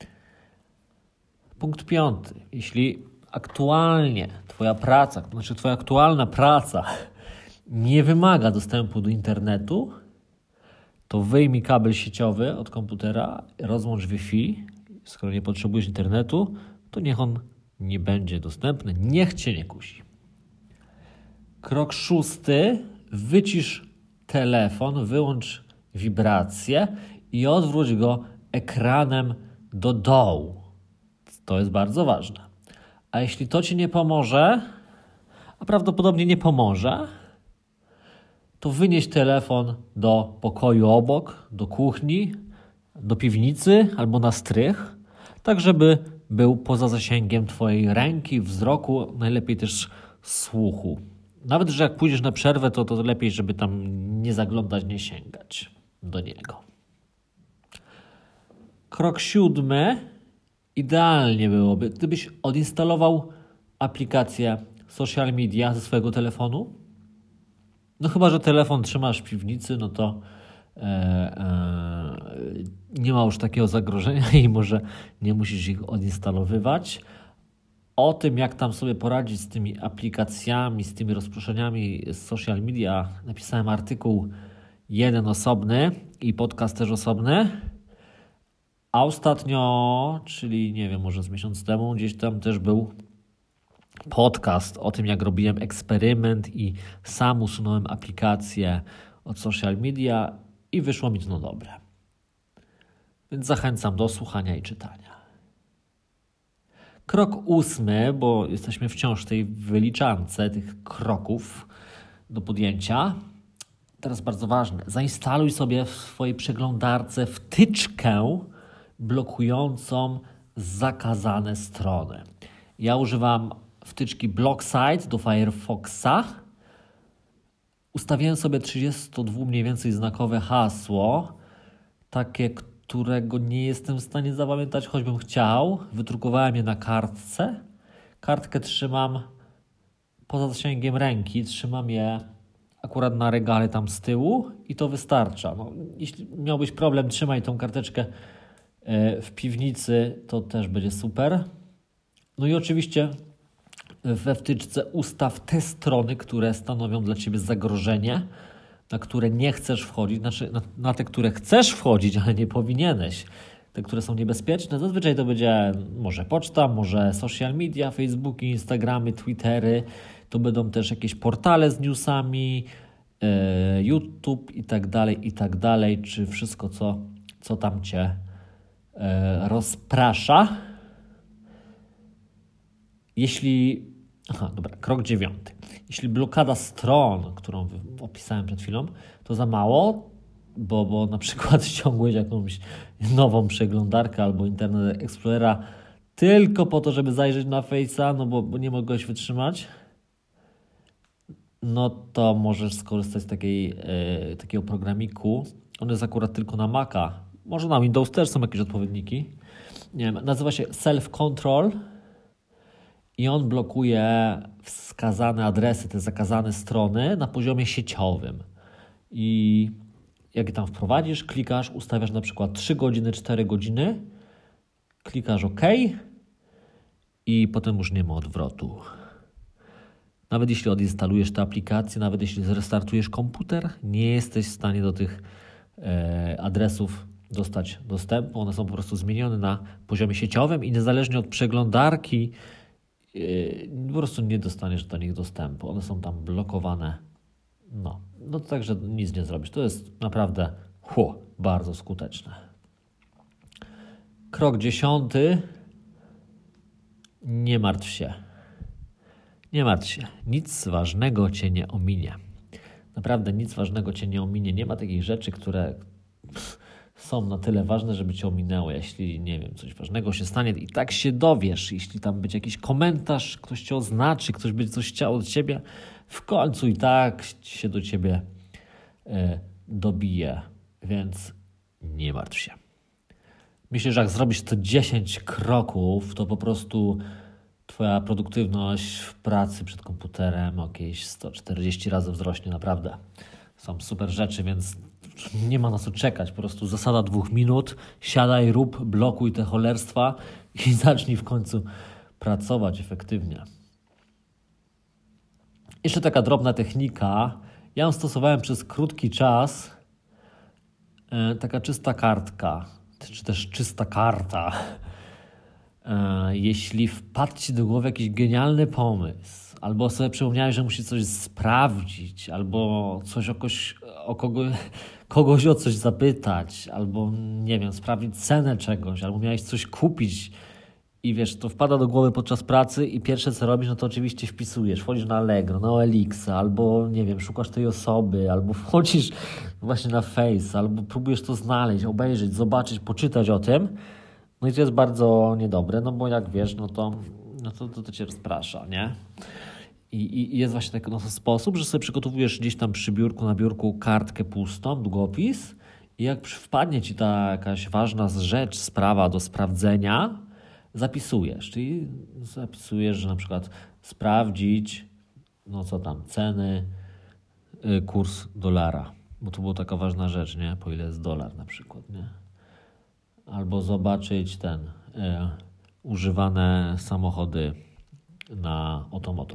Punkt 5. Jeśli aktualnie Twoja aktualna praca nie wymaga dostępu do internetu, to wyjmij kabel sieciowy od komputera, rozłącz Wi-Fi. Skoro nie potrzebujesz internetu, to niech on nie będzie dostępny. Niech Cię nie kusi. Krok 6. Wycisz telefon, wyłącz wibrację i odwróć go ekranem do dołu. To jest bardzo ważne. A jeśli to Ci nie pomoże, a prawdopodobnie nie pomoże, to wynieś telefon do pokoju obok, do kuchni, do piwnicy albo na strych, tak żeby był poza zasięgiem Twojej ręki, wzroku, najlepiej też słuchu. Nawet, że jak pójdziesz na przerwę, to lepiej, żeby tam nie zaglądać, nie sięgać do niego. Krok 7. Idealnie byłoby, gdybyś odinstalował aplikację social media ze swojego telefonu. No chyba, że telefon trzymasz w piwnicy, no to nie ma już takiego zagrożenia i może nie musisz ich odinstalowywać. O tym, jak tam sobie poradzić z tymi aplikacjami, z tymi rozproszeniami z social media, napisałem artykuł jeden osobny i podcast też osobny. A ostatnio, czyli nie wiem, może z miesiąc temu, gdzieś tam też był podcast o tym, jak robiłem eksperyment i sam usunąłem aplikację od social media i wyszło mi to dobre. Więc zachęcam do słuchania i czytania. Krok 8, bo jesteśmy wciąż w tej wyliczance tych kroków do podjęcia. Teraz bardzo ważne. Zainstaluj sobie w swojej przeglądarce wtyczkę blokującą zakazane strony. Ja używam wtyczki BlockSite do Firefoxa. Ustawiłem sobie 32 mniej więcej znakowe hasło, takie, którego nie jestem w stanie zapamiętać, choćbym chciał. Wydrukowałem je na kartce. Kartkę trzymam poza zasięgiem ręki, trzymam je akurat na regale tam z tyłu i to wystarcza. No, jeśli miałbyś problem, trzymaj tą karteczkę w piwnicy, to też będzie super. No i oczywiście we wtyczce ustaw te strony, które stanowią dla Ciebie zagrożenie, na które nie chcesz wchodzić, znaczy na te, które chcesz wchodzić, ale nie powinieneś. Te, które są niebezpieczne, zazwyczaj to będzie może poczta, może social media, Facebooki, Instagramy, Twittery, to będą też jakieś portale z newsami, YouTube i tak dalej, czy wszystko, co tam Cię rozprasza. Krok 9. Jeśli blokada stron, którą opisałem przed chwilą, to za mało, bo na przykład ściągłeś jakąś nową przeglądarkę albo Internet Explorera tylko po to, żeby zajrzeć na Face'a, no bo nie mogłeś wytrzymać, no to możesz skorzystać z takiego programiku. On jest akurat tylko na Maca. Może na Windows też są jakieś odpowiedniki. Nie wiem, nazywa się Self Control i on blokuje wskazane adresy, te zakazane strony na poziomie sieciowym. I jak je tam wprowadzisz, klikasz, ustawiasz na przykład 3 godziny, 4 godziny, klikasz OK i potem już nie ma odwrotu. Nawet jeśli odinstalujesz tę aplikację, nawet jeśli zrestartujesz komputer, nie jesteś w stanie do tych adresów dostać dostępu. One są po prostu zmienione na poziomie sieciowym i niezależnie od przeglądarki po prostu nie dostaniesz do nich dostępu. One są tam blokowane. No także nic nie zrobisz. To jest naprawdę bardzo skuteczne. Krok 10. Nie martw się. Nie martw się. Nic ważnego Cię nie ominie. Naprawdę nic ważnego Cię nie ominie. Nie ma takich rzeczy, które są na tyle ważne, żeby Cię ominęło. Jeśli, nie wiem, coś ważnego się stanie i tak się dowiesz, jeśli tam będzie jakiś komentarz, ktoś Cię oznaczy, ktoś będzie coś chciał od Ciebie, w końcu i tak się do Ciebie dobije. Więc nie martw się. Myślę, że jak zrobisz to 10 kroków, to po prostu Twoja produktywność w pracy przed komputerem jakieś 140 razy wzrośnie, naprawdę. Są super rzeczy, więc nie ma na co czekać. Po prostu zasada 2 minut, siadaj, rób, blokuj te cholerstwa i zacznij w końcu pracować efektywnie. Jeszcze taka drobna technika. Ja ją stosowałem przez krótki czas. Taka czysta kartka, czy też czysta karta. Jeśli wpadł Ci do głowy jakiś genialny pomysł, albo sobie przypomniałeś, że musisz coś sprawdzić, albo coś kogoś o coś zapytać, albo nie wiem, sprawdzić cenę czegoś, albo miałeś coś kupić i wiesz, to wpada do głowy podczas pracy i pierwsze co robisz, no to oczywiście wpisujesz, wchodzisz na Allegro, na OLX, albo nie wiem, szukasz tej osoby, albo wchodzisz właśnie na Face, albo próbujesz to znaleźć, obejrzeć, zobaczyć, poczytać o tym. No i to jest bardzo niedobre, no bo jak wiesz, no to Cię rozprasza, nie? I jest właśnie taki sposób, że sobie przygotowujesz gdzieś tam przy biurku, na biurku kartkę pustą, długopis i jak wpadnie Ci ta jakaś ważna rzecz, sprawa do sprawdzenia, zapisujesz. Czyli zapisujesz, że na przykład sprawdzić, ceny, kurs dolara, bo to była taka ważna rzecz, nie? Po ile jest dolar na przykład, nie? Albo zobaczyć używane samochody na Otomoto.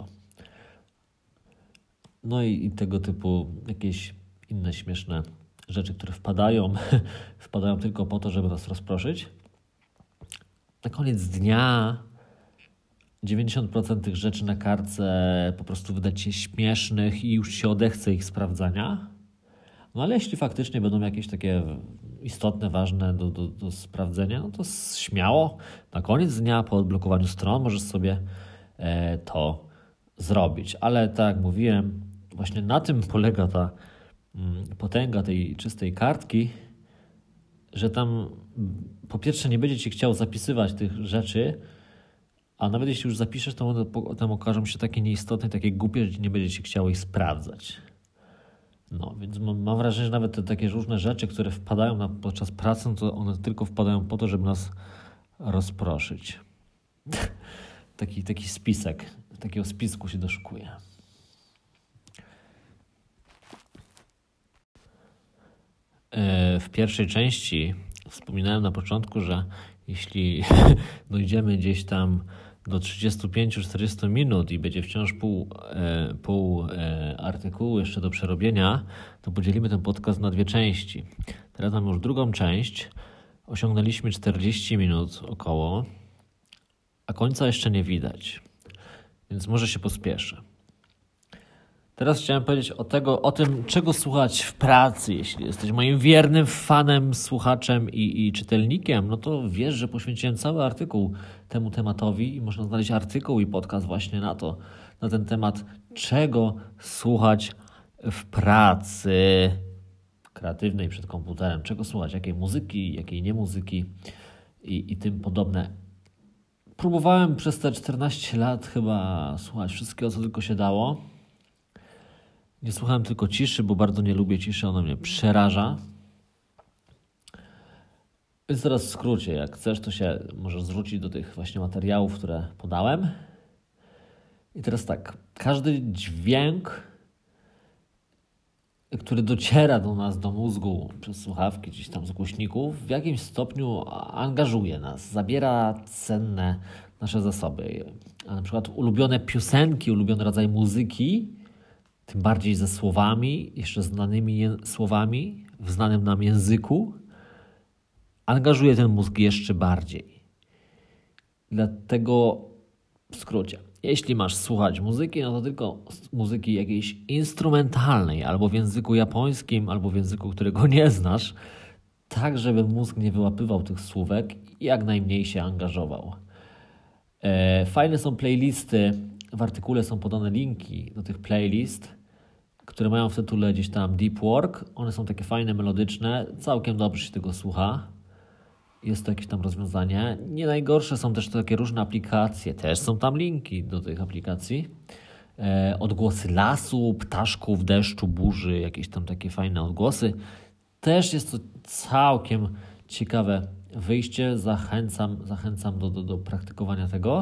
No i tego typu jakieś inne śmieszne rzeczy, które wpadają tylko po to, żeby nas rozproszyć. Na koniec dnia 90% tych rzeczy na kartce po prostu wydać się śmiesznych i już się odechce ich sprawdzania. No ale jeśli faktycznie będą jakieś takie istotne, ważne do sprawdzenia, no to śmiało na koniec dnia po odblokowaniu stron możesz sobie to zrobić. Ale tak jak mówiłem, właśnie na tym polega ta potęga tej czystej kartki, że tam po pierwsze nie będzie Ci chciał zapisywać tych rzeczy, a nawet jeśli już zapiszesz, to one potem okażą się takie nieistotne, takie głupie, że nie będzie Ci chciało ich sprawdzać. No, więc mam wrażenie, że nawet te takie różne rzeczy, które wpadają podczas pracy, no to one tylko wpadają po to, żeby nas rozproszyć. Taki spisek, takiego spisku się doszukuje. W pierwszej części wspominałem na początku, że jeśli dojdziemy gdzieś tam do 35-40 minut i będzie wciąż pół artykułu jeszcze do przerobienia, to podzielimy ten podcast na 2 części. Teraz mamy już drugą część. Osiągnęliśmy 40 minut około, a końca jeszcze nie widać. Więc może się pospieszę. Teraz chciałem powiedzieć o tym, czego słuchać w pracy. Jeśli jesteś moim wiernym fanem, słuchaczem i czytelnikiem, no to wiesz, że poświęciłem cały artykuł temu tematowi i można znaleźć artykuł i podcast właśnie na ten temat, czego słuchać w pracy kreatywnej przed komputerem, czego słuchać, jakiej muzyki, jakiej nie muzyki i tym podobne. Próbowałem przez te 14 lat chyba słuchać wszystkiego, co tylko się dało. Nie słuchałem tylko ciszy, bo bardzo nie lubię ciszy, ona mnie przeraża. Więc teraz w skrócie, jak chcesz, to się możesz zwrócić do tych właśnie materiałów, które podałem. I teraz tak, każdy dźwięk, który dociera do nas, do mózgu przez słuchawki, gdzieś tam z głośników, w jakimś stopniu angażuje nas, zabiera cenne nasze zasoby. A na przykład ulubione piosenki, ulubiony rodzaj muzyki, tym bardziej ze słowami, jeszcze znanymi słowami, w znanym nam języku, angażuje ten mózg jeszcze bardziej. Dlatego w skrócie, jeśli masz słuchać muzyki, no to tylko muzyki jakiejś instrumentalnej, albo w języku japońskim, albo w języku, którego nie znasz, tak żeby mózg nie wyłapywał tych słówek i jak najmniej się angażował. Fajne są playlisty, w artykule są podane linki do tych playlist, które mają w tytule gdzieś tam Deep Work. One są takie fajne, melodyczne, całkiem dobrze się tego słucha. Jest to jakieś tam rozwiązanie. Nie najgorsze są też takie różne aplikacje. Też są tam linki do tych aplikacji. Odgłosy lasu, ptaszków, deszczu, burzy, jakieś tam takie fajne odgłosy. Też jest to całkiem ciekawe wyjście. Zachęcam do praktykowania tego.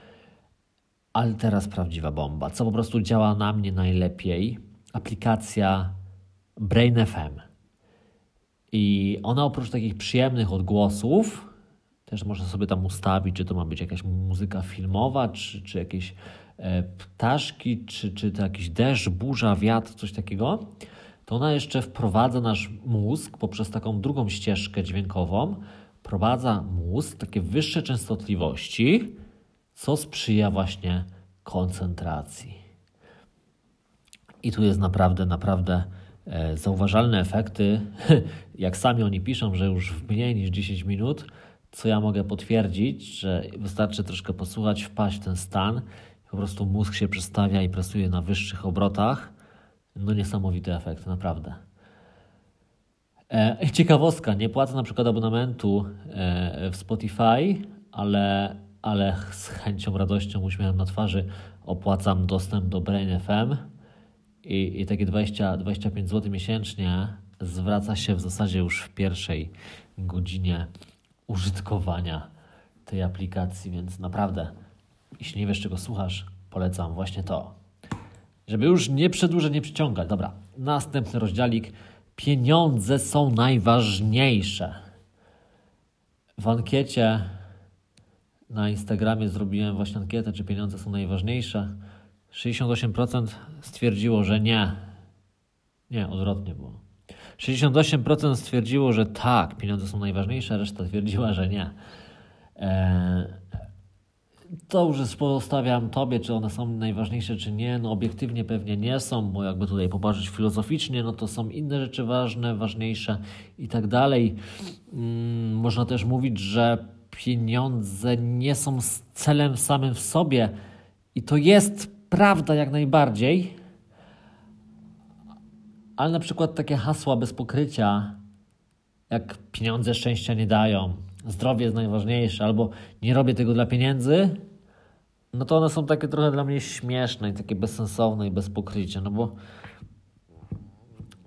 Ale teraz prawdziwa bomba. Co po prostu działa na mnie najlepiej? Aplikacja Brain FM. I ona oprócz takich przyjemnych odgłosów, też można sobie tam ustawić, czy to ma być jakaś muzyka filmowa, czy jakieś ptaszki, czy to jakiś deszcz, burza, wiatr, coś takiego, to ona jeszcze wprowadza nasz mózg poprzez taką drugą ścieżkę dźwiękową, wprowadza mózg takie wyższe częstotliwości, co sprzyja właśnie koncentracji. I tu jest naprawdę zauważalne efekty, jak sami oni piszą, że już w mniej niż 10 minut, co ja mogę potwierdzić, że wystarczy troszkę posłuchać, wpaść w ten stan, po prostu mózg się przestawia i pracuje na wyższych obrotach. No niesamowity efekt, naprawdę. Ciekawostka, nie płacę na przykład abonamentu w Spotify, ale z chęcią, radością, uśmiechem na twarzy opłacam dostęp do Brain FM i takie 25 zł miesięcznie zwraca się w zasadzie już w pierwszej godzinie użytkowania tej aplikacji, więc naprawdę, jeśli nie wiesz, czego słuchasz, polecam właśnie to. Żeby już nie przedłużać, nie przyciągać. Dobra, następny rozdziałik. Pieniądze są najważniejsze. W ankiecie na Instagramie zrobiłem właśnie ankietę, czy pieniądze są najważniejsze. 68% stwierdziło, że nie. Nie, odwrotnie było. 68% stwierdziło, że tak, pieniądze są najważniejsze, reszta twierdziła, że nie. To już pozostawiam Tobie, czy one są najważniejsze, czy nie. No obiektywnie pewnie nie są, bo jakby tutaj popatrzeć filozoficznie, no to są inne rzeczy ważniejsze i tak dalej. Można też mówić, że pieniądze nie są celem samym w sobie i to jest prawda jak najbardziej, ale na przykład takie hasła bez pokrycia, jak pieniądze szczęścia nie dają, zdrowie jest najważniejsze, albo nie robię tego dla pieniędzy, no to one są takie trochę dla mnie śmieszne i takie bezsensowne i bez pokrycia, no bo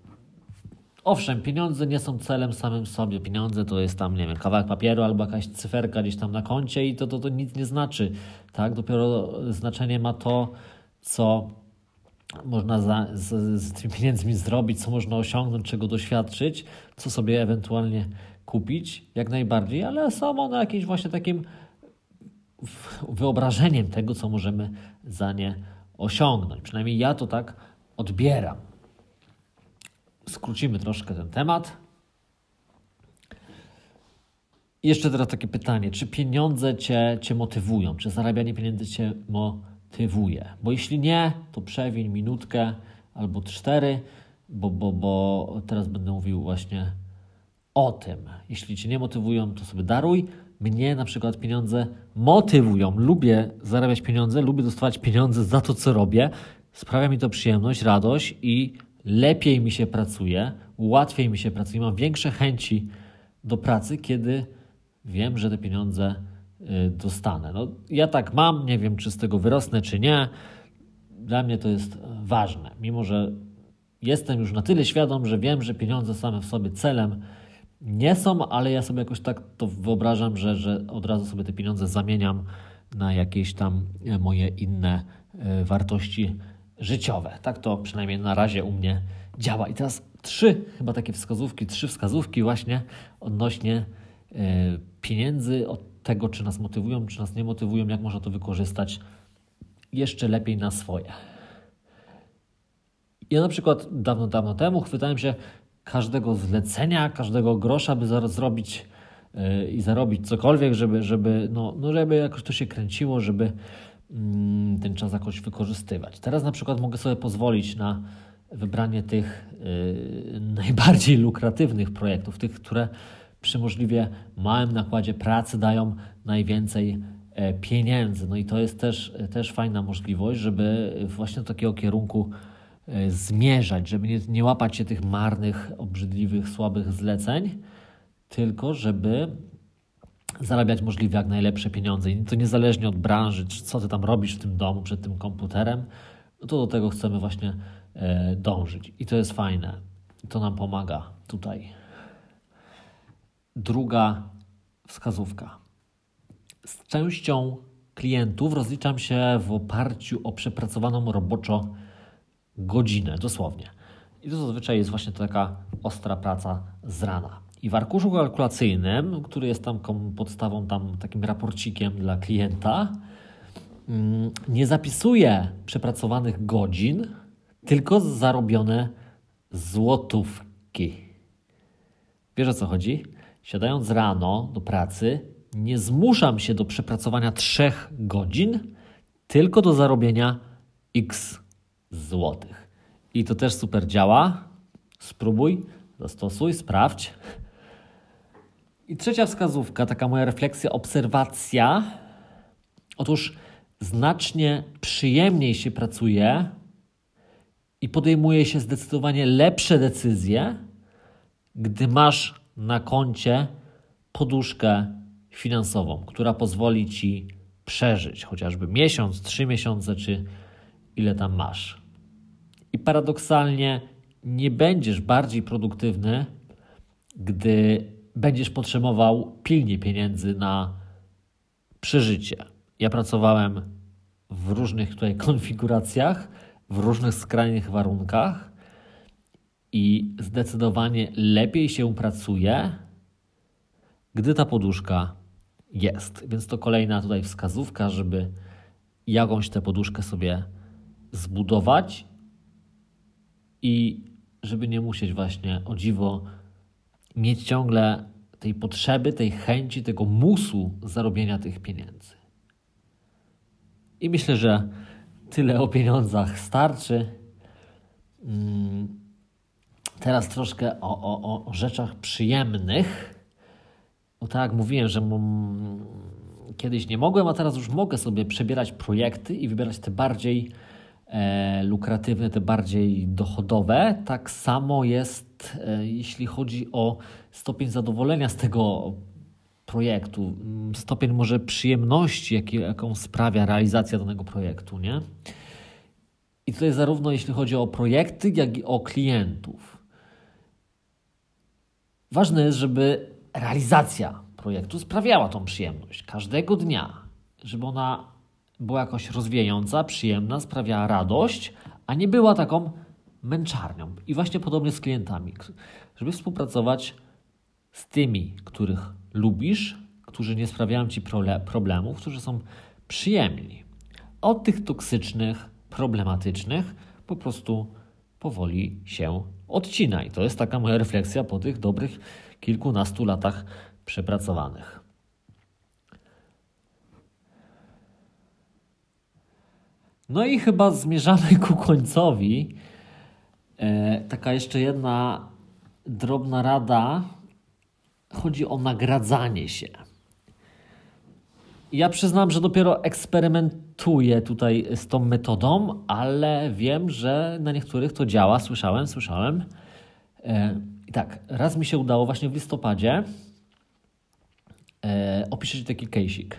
Owszem, pieniądze nie są celem samym sobie. Pieniądze to jest tam, nie wiem, kawałek papieru albo jakaś cyferka gdzieś tam na koncie i to nic nie znaczy. Tak? Dopiero znaczenie ma to, co można z tymi pieniędzmi zrobić, co można osiągnąć, czego doświadczyć, co sobie ewentualnie kupić, jak najbardziej, ale są one jakimś właśnie takim wyobrażeniem tego, co możemy za nie osiągnąć. Przynajmniej ja to tak odbieram. Skrócimy troszkę ten temat. I jeszcze teraz takie pytanie, czy pieniądze Cię motywują? Czy zarabianie pieniędzy Cię motywuje? Bo jeśli nie, to przewiń minutkę albo 4, bo teraz będę mówił właśnie o tym. Jeśli Cię nie motywują, to sobie daruj. Mnie na przykład pieniądze motywują. Lubię zarabiać pieniądze, lubię dostawać pieniądze za to, co robię. Sprawia mi to przyjemność, radość i lepiej mi się pracuje, łatwiej mi się pracuje. Mam większe chęci do pracy, kiedy wiem, że te pieniądze dostanę. No, ja tak mam, nie wiem, czy z tego wyrosnę, czy nie. Dla mnie to jest ważne. Mimo że jestem już na tyle świadom, że wiem, że pieniądze same w sobie celem nie są, ale ja sobie jakoś tak to wyobrażam, że od razu sobie te pieniądze zamieniam na jakieś tam moje inne wartości życiowe. Tak to przynajmniej na razie u mnie działa. I teraz 3 wskazówki właśnie odnośnie pieniędzy, od tego, czy nas motywują, czy nas nie motywują, jak można to wykorzystać jeszcze lepiej na swoje. Ja na przykład dawno temu chwytałem się każdego zlecenia, każdego grosza, by zrobić i zarobić cokolwiek, żeby jakoś to się kręciło, żeby ten czas jakoś wykorzystywać. Teraz na przykład mogę sobie pozwolić na wybranie tych najbardziej lukratywnych projektów, tych, które przy możliwie małym nakładzie pracy dają najwięcej pieniędzy. No i to jest też fajna możliwość, żeby właśnie do takiego kierunku zmierzać, żeby nie łapać się tych marnych, obrzydliwych, słabych zleceń, tylko żeby zarabiać możliwie jak najlepsze pieniądze. I to niezależnie od branży, czy co ty tam robisz w tym domu, przed tym komputerem, no to do tego chcemy właśnie dążyć. I to jest fajne. I to nam pomaga tutaj. Druga wskazówka. Z częścią klientów rozliczam się w oparciu o przepracowaną roboczo godzinę, dosłownie. I to zazwyczaj jest właśnie taka ostra praca z rana. I w arkuszu kalkulacyjnym, który jest tam podstawą, takim raporcikiem dla klienta, nie zapisuję przepracowanych godzin, tylko zarobione złotówki. Wiesz, o co chodzi? Siadając rano do pracy, nie zmuszam się do przepracowania 3 godzin, tylko do zarobienia x złotych. I to też super działa. Spróbuj, zastosuj, sprawdź. I 3 wskazówka, taka moja refleksja, obserwacja. Otóż znacznie przyjemniej się pracuje i podejmuje się zdecydowanie lepsze decyzje, gdy masz na koncie poduszkę finansową, która pozwoli Ci przeżyć chociażby miesiąc, 3 miesiące, czy ile tam masz. I paradoksalnie nie będziesz bardziej produktywny, gdy będziesz potrzebował pilnie pieniędzy na przeżycie. Ja pracowałem w różnych tutaj konfiguracjach, w różnych skrajnych warunkach i zdecydowanie lepiej się pracuje, gdy ta poduszka jest. Więc to kolejna tutaj wskazówka, żeby jakąś tę poduszkę sobie zbudować i żeby nie musieć właśnie, o dziwo, mieć ciągle tej potrzeby, tej chęci, tego musu zarobienia tych pieniędzy. I myślę, że tyle o pieniądzach starczy. Teraz troszkę o rzeczach przyjemnych. Bo tak jak mówiłem, że kiedyś nie mogłem, a teraz już mogę sobie przebierać projekty i wybierać te bardziej lukratywne, te bardziej dochodowe. Tak samo jest, jeśli chodzi o stopień zadowolenia z tego projektu, stopień może przyjemności, jaką sprawia realizacja danego projektu, nie? I tutaj zarówno jeśli chodzi o projekty, jak i o klientów. ważne jest, żeby realizacja projektu sprawiała tą przyjemność każdego dnia, żeby ona była jakoś rozwijająca, przyjemna, sprawiała radość, a nie była taką męczarnią. I właśnie podobnie z klientami, żeby współpracować z tymi, których lubisz, którzy nie sprawiają Ci problemów, którzy są przyjemni. Od tych toksycznych, problematycznych po prostu powoli się odcinaj. To jest taka moja refleksja po tych dobrych kilkunastu latach przepracowanych. No i chyba zmierzamy ku końcowi. Taka jeszcze jedna drobna rada. Chodzi o nagradzanie się. Ja przyznam, że dopiero eksperymentuję tutaj z tą metodą, ale wiem, że na niektórych to działa. Słyszałem. I tak, raz mi się udało właśnie w listopadzie. Opiszę Ci taki case'ik.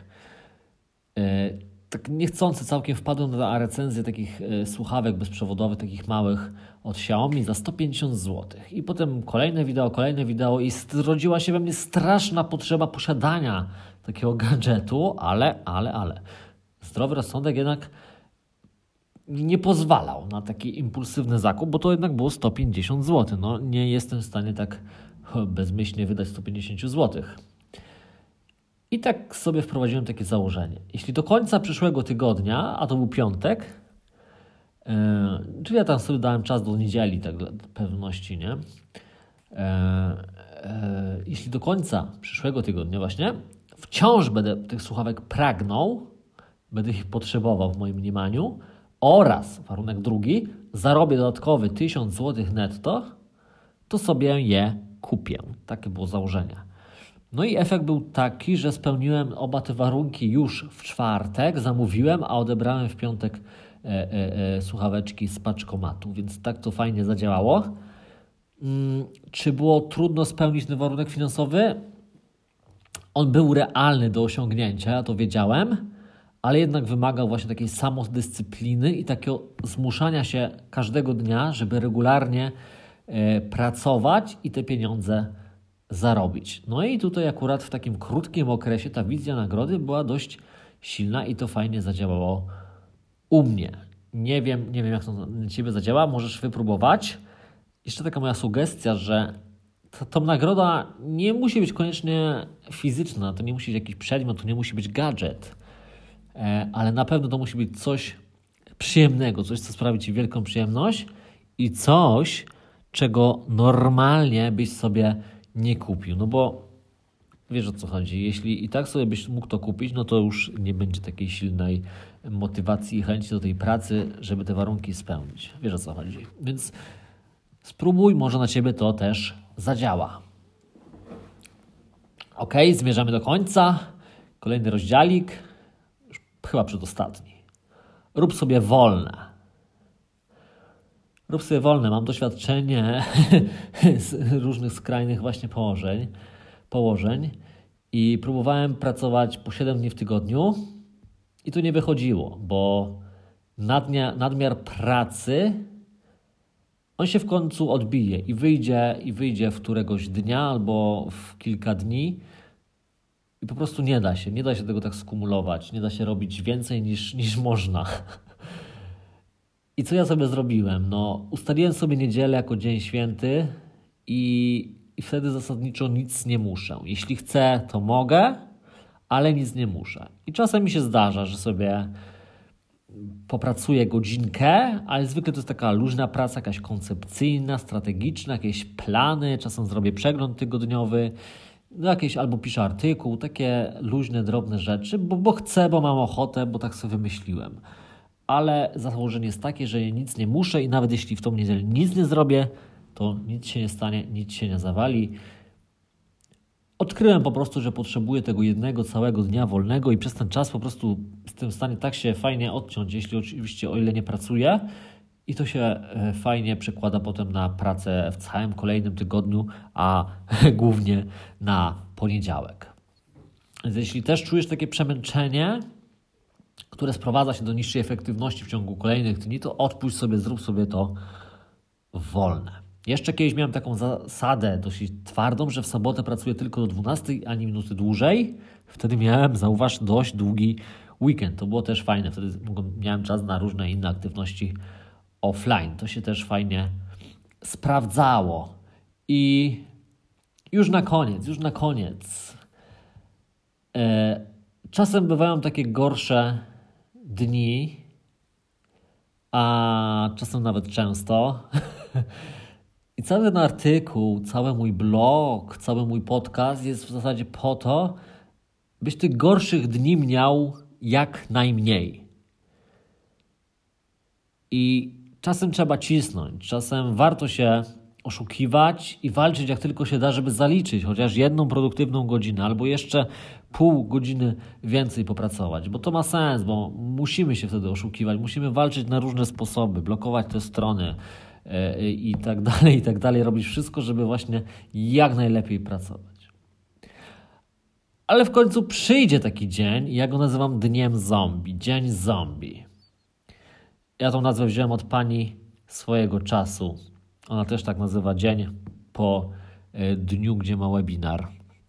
Tak niechcący całkiem wpadłem na recenzję takich słuchawek bezprzewodowych, takich małych od Xiaomi za 150 zł. I potem kolejne wideo i zrodziła się we mnie straszna potrzeba posiadania takiego gadżetu, ale zdrowy rozsądek jednak nie pozwalał na taki impulsywny zakup, bo to jednak było 150 zł. No nie jestem w stanie tak bezmyślnie wydać 150 zł. I tak sobie wprowadziłem takie założenie. Jeśli do końca przyszłego tygodnia, a to był piątek, czyli ja tam sobie dałem czas do niedzieli, tak dla pewności, nie? Jeśli do końca przyszłego tygodnia właśnie wciąż będę tych słuchawek pragnął, będę ich potrzebował w moim mniemaniu oraz, warunek drugi, zarobię dodatkowy 1000 zł netto, to sobie je kupię. Takie było założenie. No i efekt był taki, że spełniłem oba te warunki już w czwartek, zamówiłem, a odebrałem w piątek słuchaweczki z paczkomatu, więc tak to fajnie zadziałało. Czy było trudno spełnić ten warunek finansowy? On był realny do osiągnięcia, ja to wiedziałem, ale jednak wymagał właśnie takiej samodyscypliny i takiego zmuszania się każdego dnia, żeby regularnie pracować i te pieniądze zarobić. No i tutaj akurat w takim krótkim okresie ta wizja nagrody była dość silna i to fajnie zadziałało u mnie. Nie wiem jak to na Ciebie zadziała, możesz wypróbować. Jeszcze taka moja sugestia, że ta nagroda nie musi być koniecznie fizyczna, to nie musi być jakiś przedmiot, to nie musi być gadżet, ale na pewno to musi być coś przyjemnego, coś, co sprawi Ci wielką przyjemność i coś, czego normalnie byś sobie nie kupił. No bo wiesz, o co chodzi. Jeśli i tak sobie byś mógł to kupić, no to już nie będzie takiej silnej motywacji i chęci do tej pracy, żeby te warunki spełnić. Wiesz, o co chodzi. Więc spróbuj, może na Ciebie to też zadziała. Ok, zmierzamy do końca. Kolejny rozdziałik, już chyba przedostatni. Rób sobie wolne. Rób sobie wolne. Mam doświadczenie z różnych skrajnych właśnie położeń i próbowałem pracować po 7 dni w tygodniu i to nie wychodziło, bo nadmiar pracy on się w końcu odbije i wyjdzie w któregoś dnia albo w kilka dni i po prostu nie da się tego tak skumulować, nie da się robić więcej niż można. I co ja sobie zrobiłem? No, ustaliłem sobie niedzielę jako dzień święty i wtedy zasadniczo nic nie muszę. Jeśli chcę, to mogę, ale nic nie muszę. I czasem mi się zdarza, że sobie popracuję godzinkę, ale zwykle to jest taka luźna praca, jakaś koncepcyjna, strategiczna, jakieś plany, czasem zrobię przegląd tygodniowy, no jakieś albo piszę artykuł, takie luźne, drobne rzeczy, bo chcę, bo mam ochotę, bo tak sobie wymyśliłem. Ale założenie jest takie, że nic nie muszę i nawet jeśli w tą niedzielę nic nie zrobię, to nic się nie stanie, nic się nie zawali. Odkryłem po prostu, że potrzebuję tego jednego całego dnia wolnego i przez ten czas po prostu jestem w stanie tak się fajnie odciąć, jeśli oczywiście o ile nie pracuję i to się fajnie przekłada potem na pracę w całym kolejnym tygodniu, a głównie na poniedziałek. Więc jeśli też czujesz takie przemęczenie, które sprowadza się do niższej efektywności w ciągu kolejnych dni, to odpuść sobie, zrób sobie to wolne. Jeszcze kiedyś miałem taką zasadę dosyć twardą, że w sobotę pracuję tylko do 12, ani minuty dłużej. Wtedy miałem, zauważ, dość długi weekend. To było też fajne. Wtedy miałem czas na różne inne aktywności offline. To się też fajnie sprawdzało. I już na koniec. Czasem bywają takie gorsze dni, a czasem nawet często. I cały ten artykuł, cały mój blog, cały mój podcast jest w zasadzie po to, byś tych gorszych dni miał jak najmniej. I czasem trzeba cisnąć, czasem warto się oszukiwać i walczyć jak tylko się da, żeby zaliczyć chociaż jedną produktywną godzinę albo jeszcze pół godziny więcej popracować, bo to ma sens, bo musimy się wtedy oszukiwać, musimy walczyć na różne sposoby, blokować te strony i tak dalej, robić wszystko, żeby właśnie jak najlepiej pracować. Ale w końcu przyjdzie taki dzień, ja go nazywam dniem zombie, dzień zombie. Ja tą nazwę wziąłem od pani swojego czasu. Ona też tak nazywa dzień po dniu, gdzie ma webinar.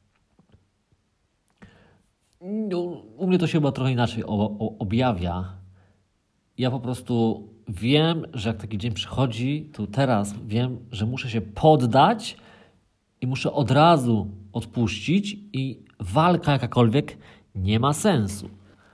U mnie to się chyba trochę inaczej objawia. Ja po prostu wiem, że jak taki dzień przychodzi, to teraz wiem, że muszę się poddać i muszę od razu odpuścić i walka jakakolwiek nie ma sensu.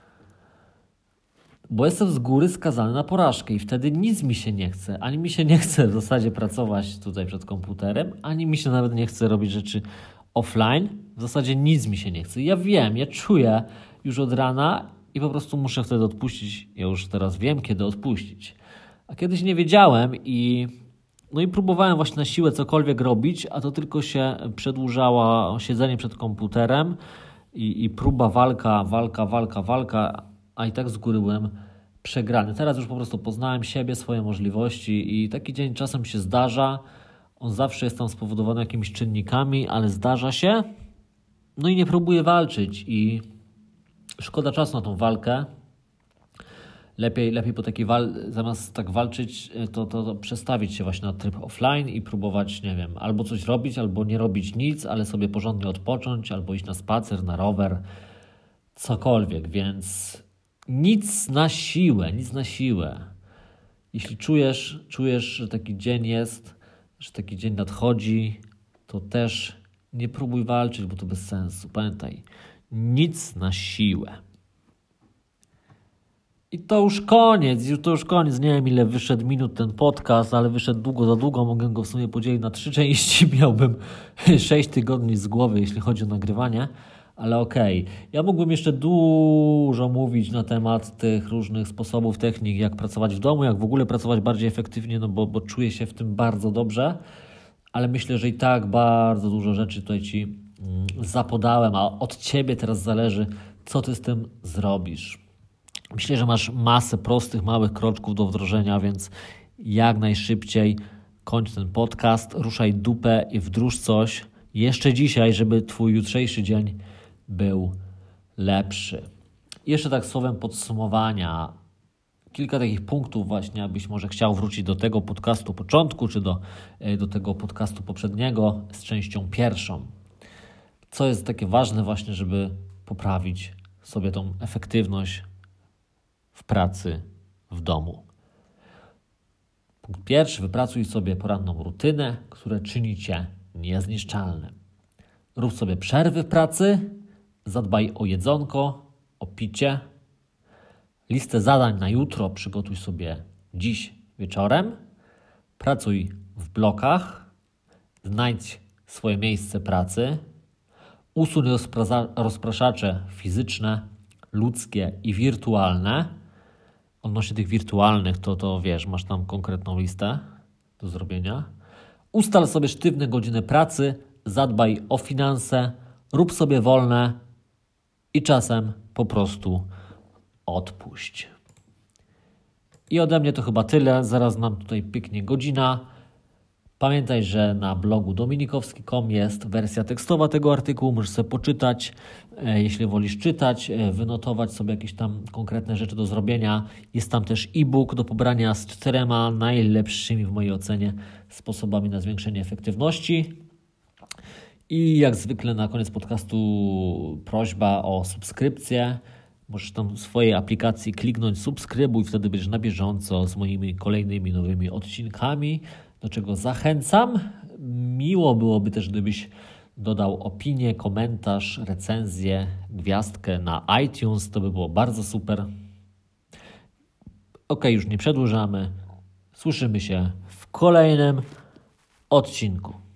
Bo jestem z góry skazany na porażkę i wtedy nic mi się nie chce. Ani mi się nie chce w zasadzie pracować tutaj przed komputerem, ani mi się nawet nie chce robić rzeczy offline. W zasadzie nic mi się nie chce. Ja wiem, ja czuję już od rana i po prostu muszę wtedy odpuścić. Ja już teraz wiem, kiedy odpuścić. A kiedyś nie wiedziałem i próbowałem właśnie na siłę cokolwiek robić, a to tylko się przedłużało siedzenie przed komputerem i próba walka, a i tak z góry byłem przegrany. Teraz już po prostu poznałem siebie, swoje możliwości i taki dzień czasem się zdarza. On zawsze jest tam spowodowany jakimiś czynnikami, ale zdarza się. No i nie próbuję walczyć i szkoda czasu na tą walkę. Lepiej po takiej zamiast tak walczyć, to przestawić się właśnie na tryb offline i próbować, nie wiem, albo coś robić, albo nie robić nic, ale sobie porządnie odpocząć, albo iść na spacer, na rower, cokolwiek, więc nic na siłę. Jeśli czujesz, że taki dzień jest, że taki dzień nadchodzi, to też nie próbuj walczyć, bo to bez sensu. Pamiętaj, nic na siłę. I to już koniec. Nie wiem, ile wyszedł minut ten podcast, ale wyszedł długo za długo. Mogę go w sumie podzielić na 3 części. Miałbym 6 tygodni z głowy, jeśli chodzi o nagrywanie. Ale okej. Ja mógłbym jeszcze dużo mówić na temat tych różnych sposobów, technik, jak pracować w domu, jak w ogóle pracować bardziej efektywnie, bo czuję się w tym bardzo dobrze. Ale myślę, że i tak bardzo dużo rzeczy tutaj Ci zapodałem, a od Ciebie teraz zależy, co Ty z tym zrobisz. Myślę, że masz masę prostych, małych kroczków do wdrożenia, więc jak najszybciej kończ ten podcast, ruszaj dupę i wdróż coś jeszcze dzisiaj, żeby Twój jutrzejszy dzień był lepszy. I jeszcze tak słowem podsumowania. Kilka takich punktów właśnie, abyś może chciał wrócić do tego podcastu początku, czy do tego podcastu poprzedniego z częścią pierwszą. Co jest takie ważne właśnie, żeby poprawić sobie tą efektywność w pracy w domu. Punkt pierwszy. Wypracuj sobie poranną rutynę, która czyni Cię niezniszczalnym. Rób sobie przerwy w pracy, zadbaj o jedzonko, o picie. Listę zadań na jutro przygotuj sobie dziś wieczorem. Pracuj w blokach, znajdź swoje miejsce pracy, usuń rozpraszacze fizyczne, ludzkie i wirtualne. Odnośnie tych wirtualnych, to wiesz, masz tam konkretną listę do zrobienia. Ustal sobie sztywne godziny pracy, zadbaj o finanse, rób sobie wolne i czasem po prostu odpuść. I ode mnie to chyba tyle. Zaraz nam tutaj pyknie godzina. Pamiętaj, że na blogu dominikowski.com jest wersja tekstowa tego artykułu, możesz sobie poczytać, jeśli wolisz czytać, wynotować sobie jakieś tam konkretne rzeczy do zrobienia. Jest tam też e-book do pobrania z 4 najlepszymi w mojej ocenie sposobami na zwiększenie efektywności. I jak zwykle na koniec podcastu prośba o subskrypcję. Możesz tam w swojej aplikacji kliknąć subskrybuj, wtedy będziesz na bieżąco z moimi kolejnymi nowymi odcinkami, do czego zachęcam. Miło byłoby też, gdybyś dodał opinię, komentarz, recenzję, gwiazdkę na iTunes. To by było bardzo super. Już nie przedłużamy. Słyszymy się w kolejnym odcinku.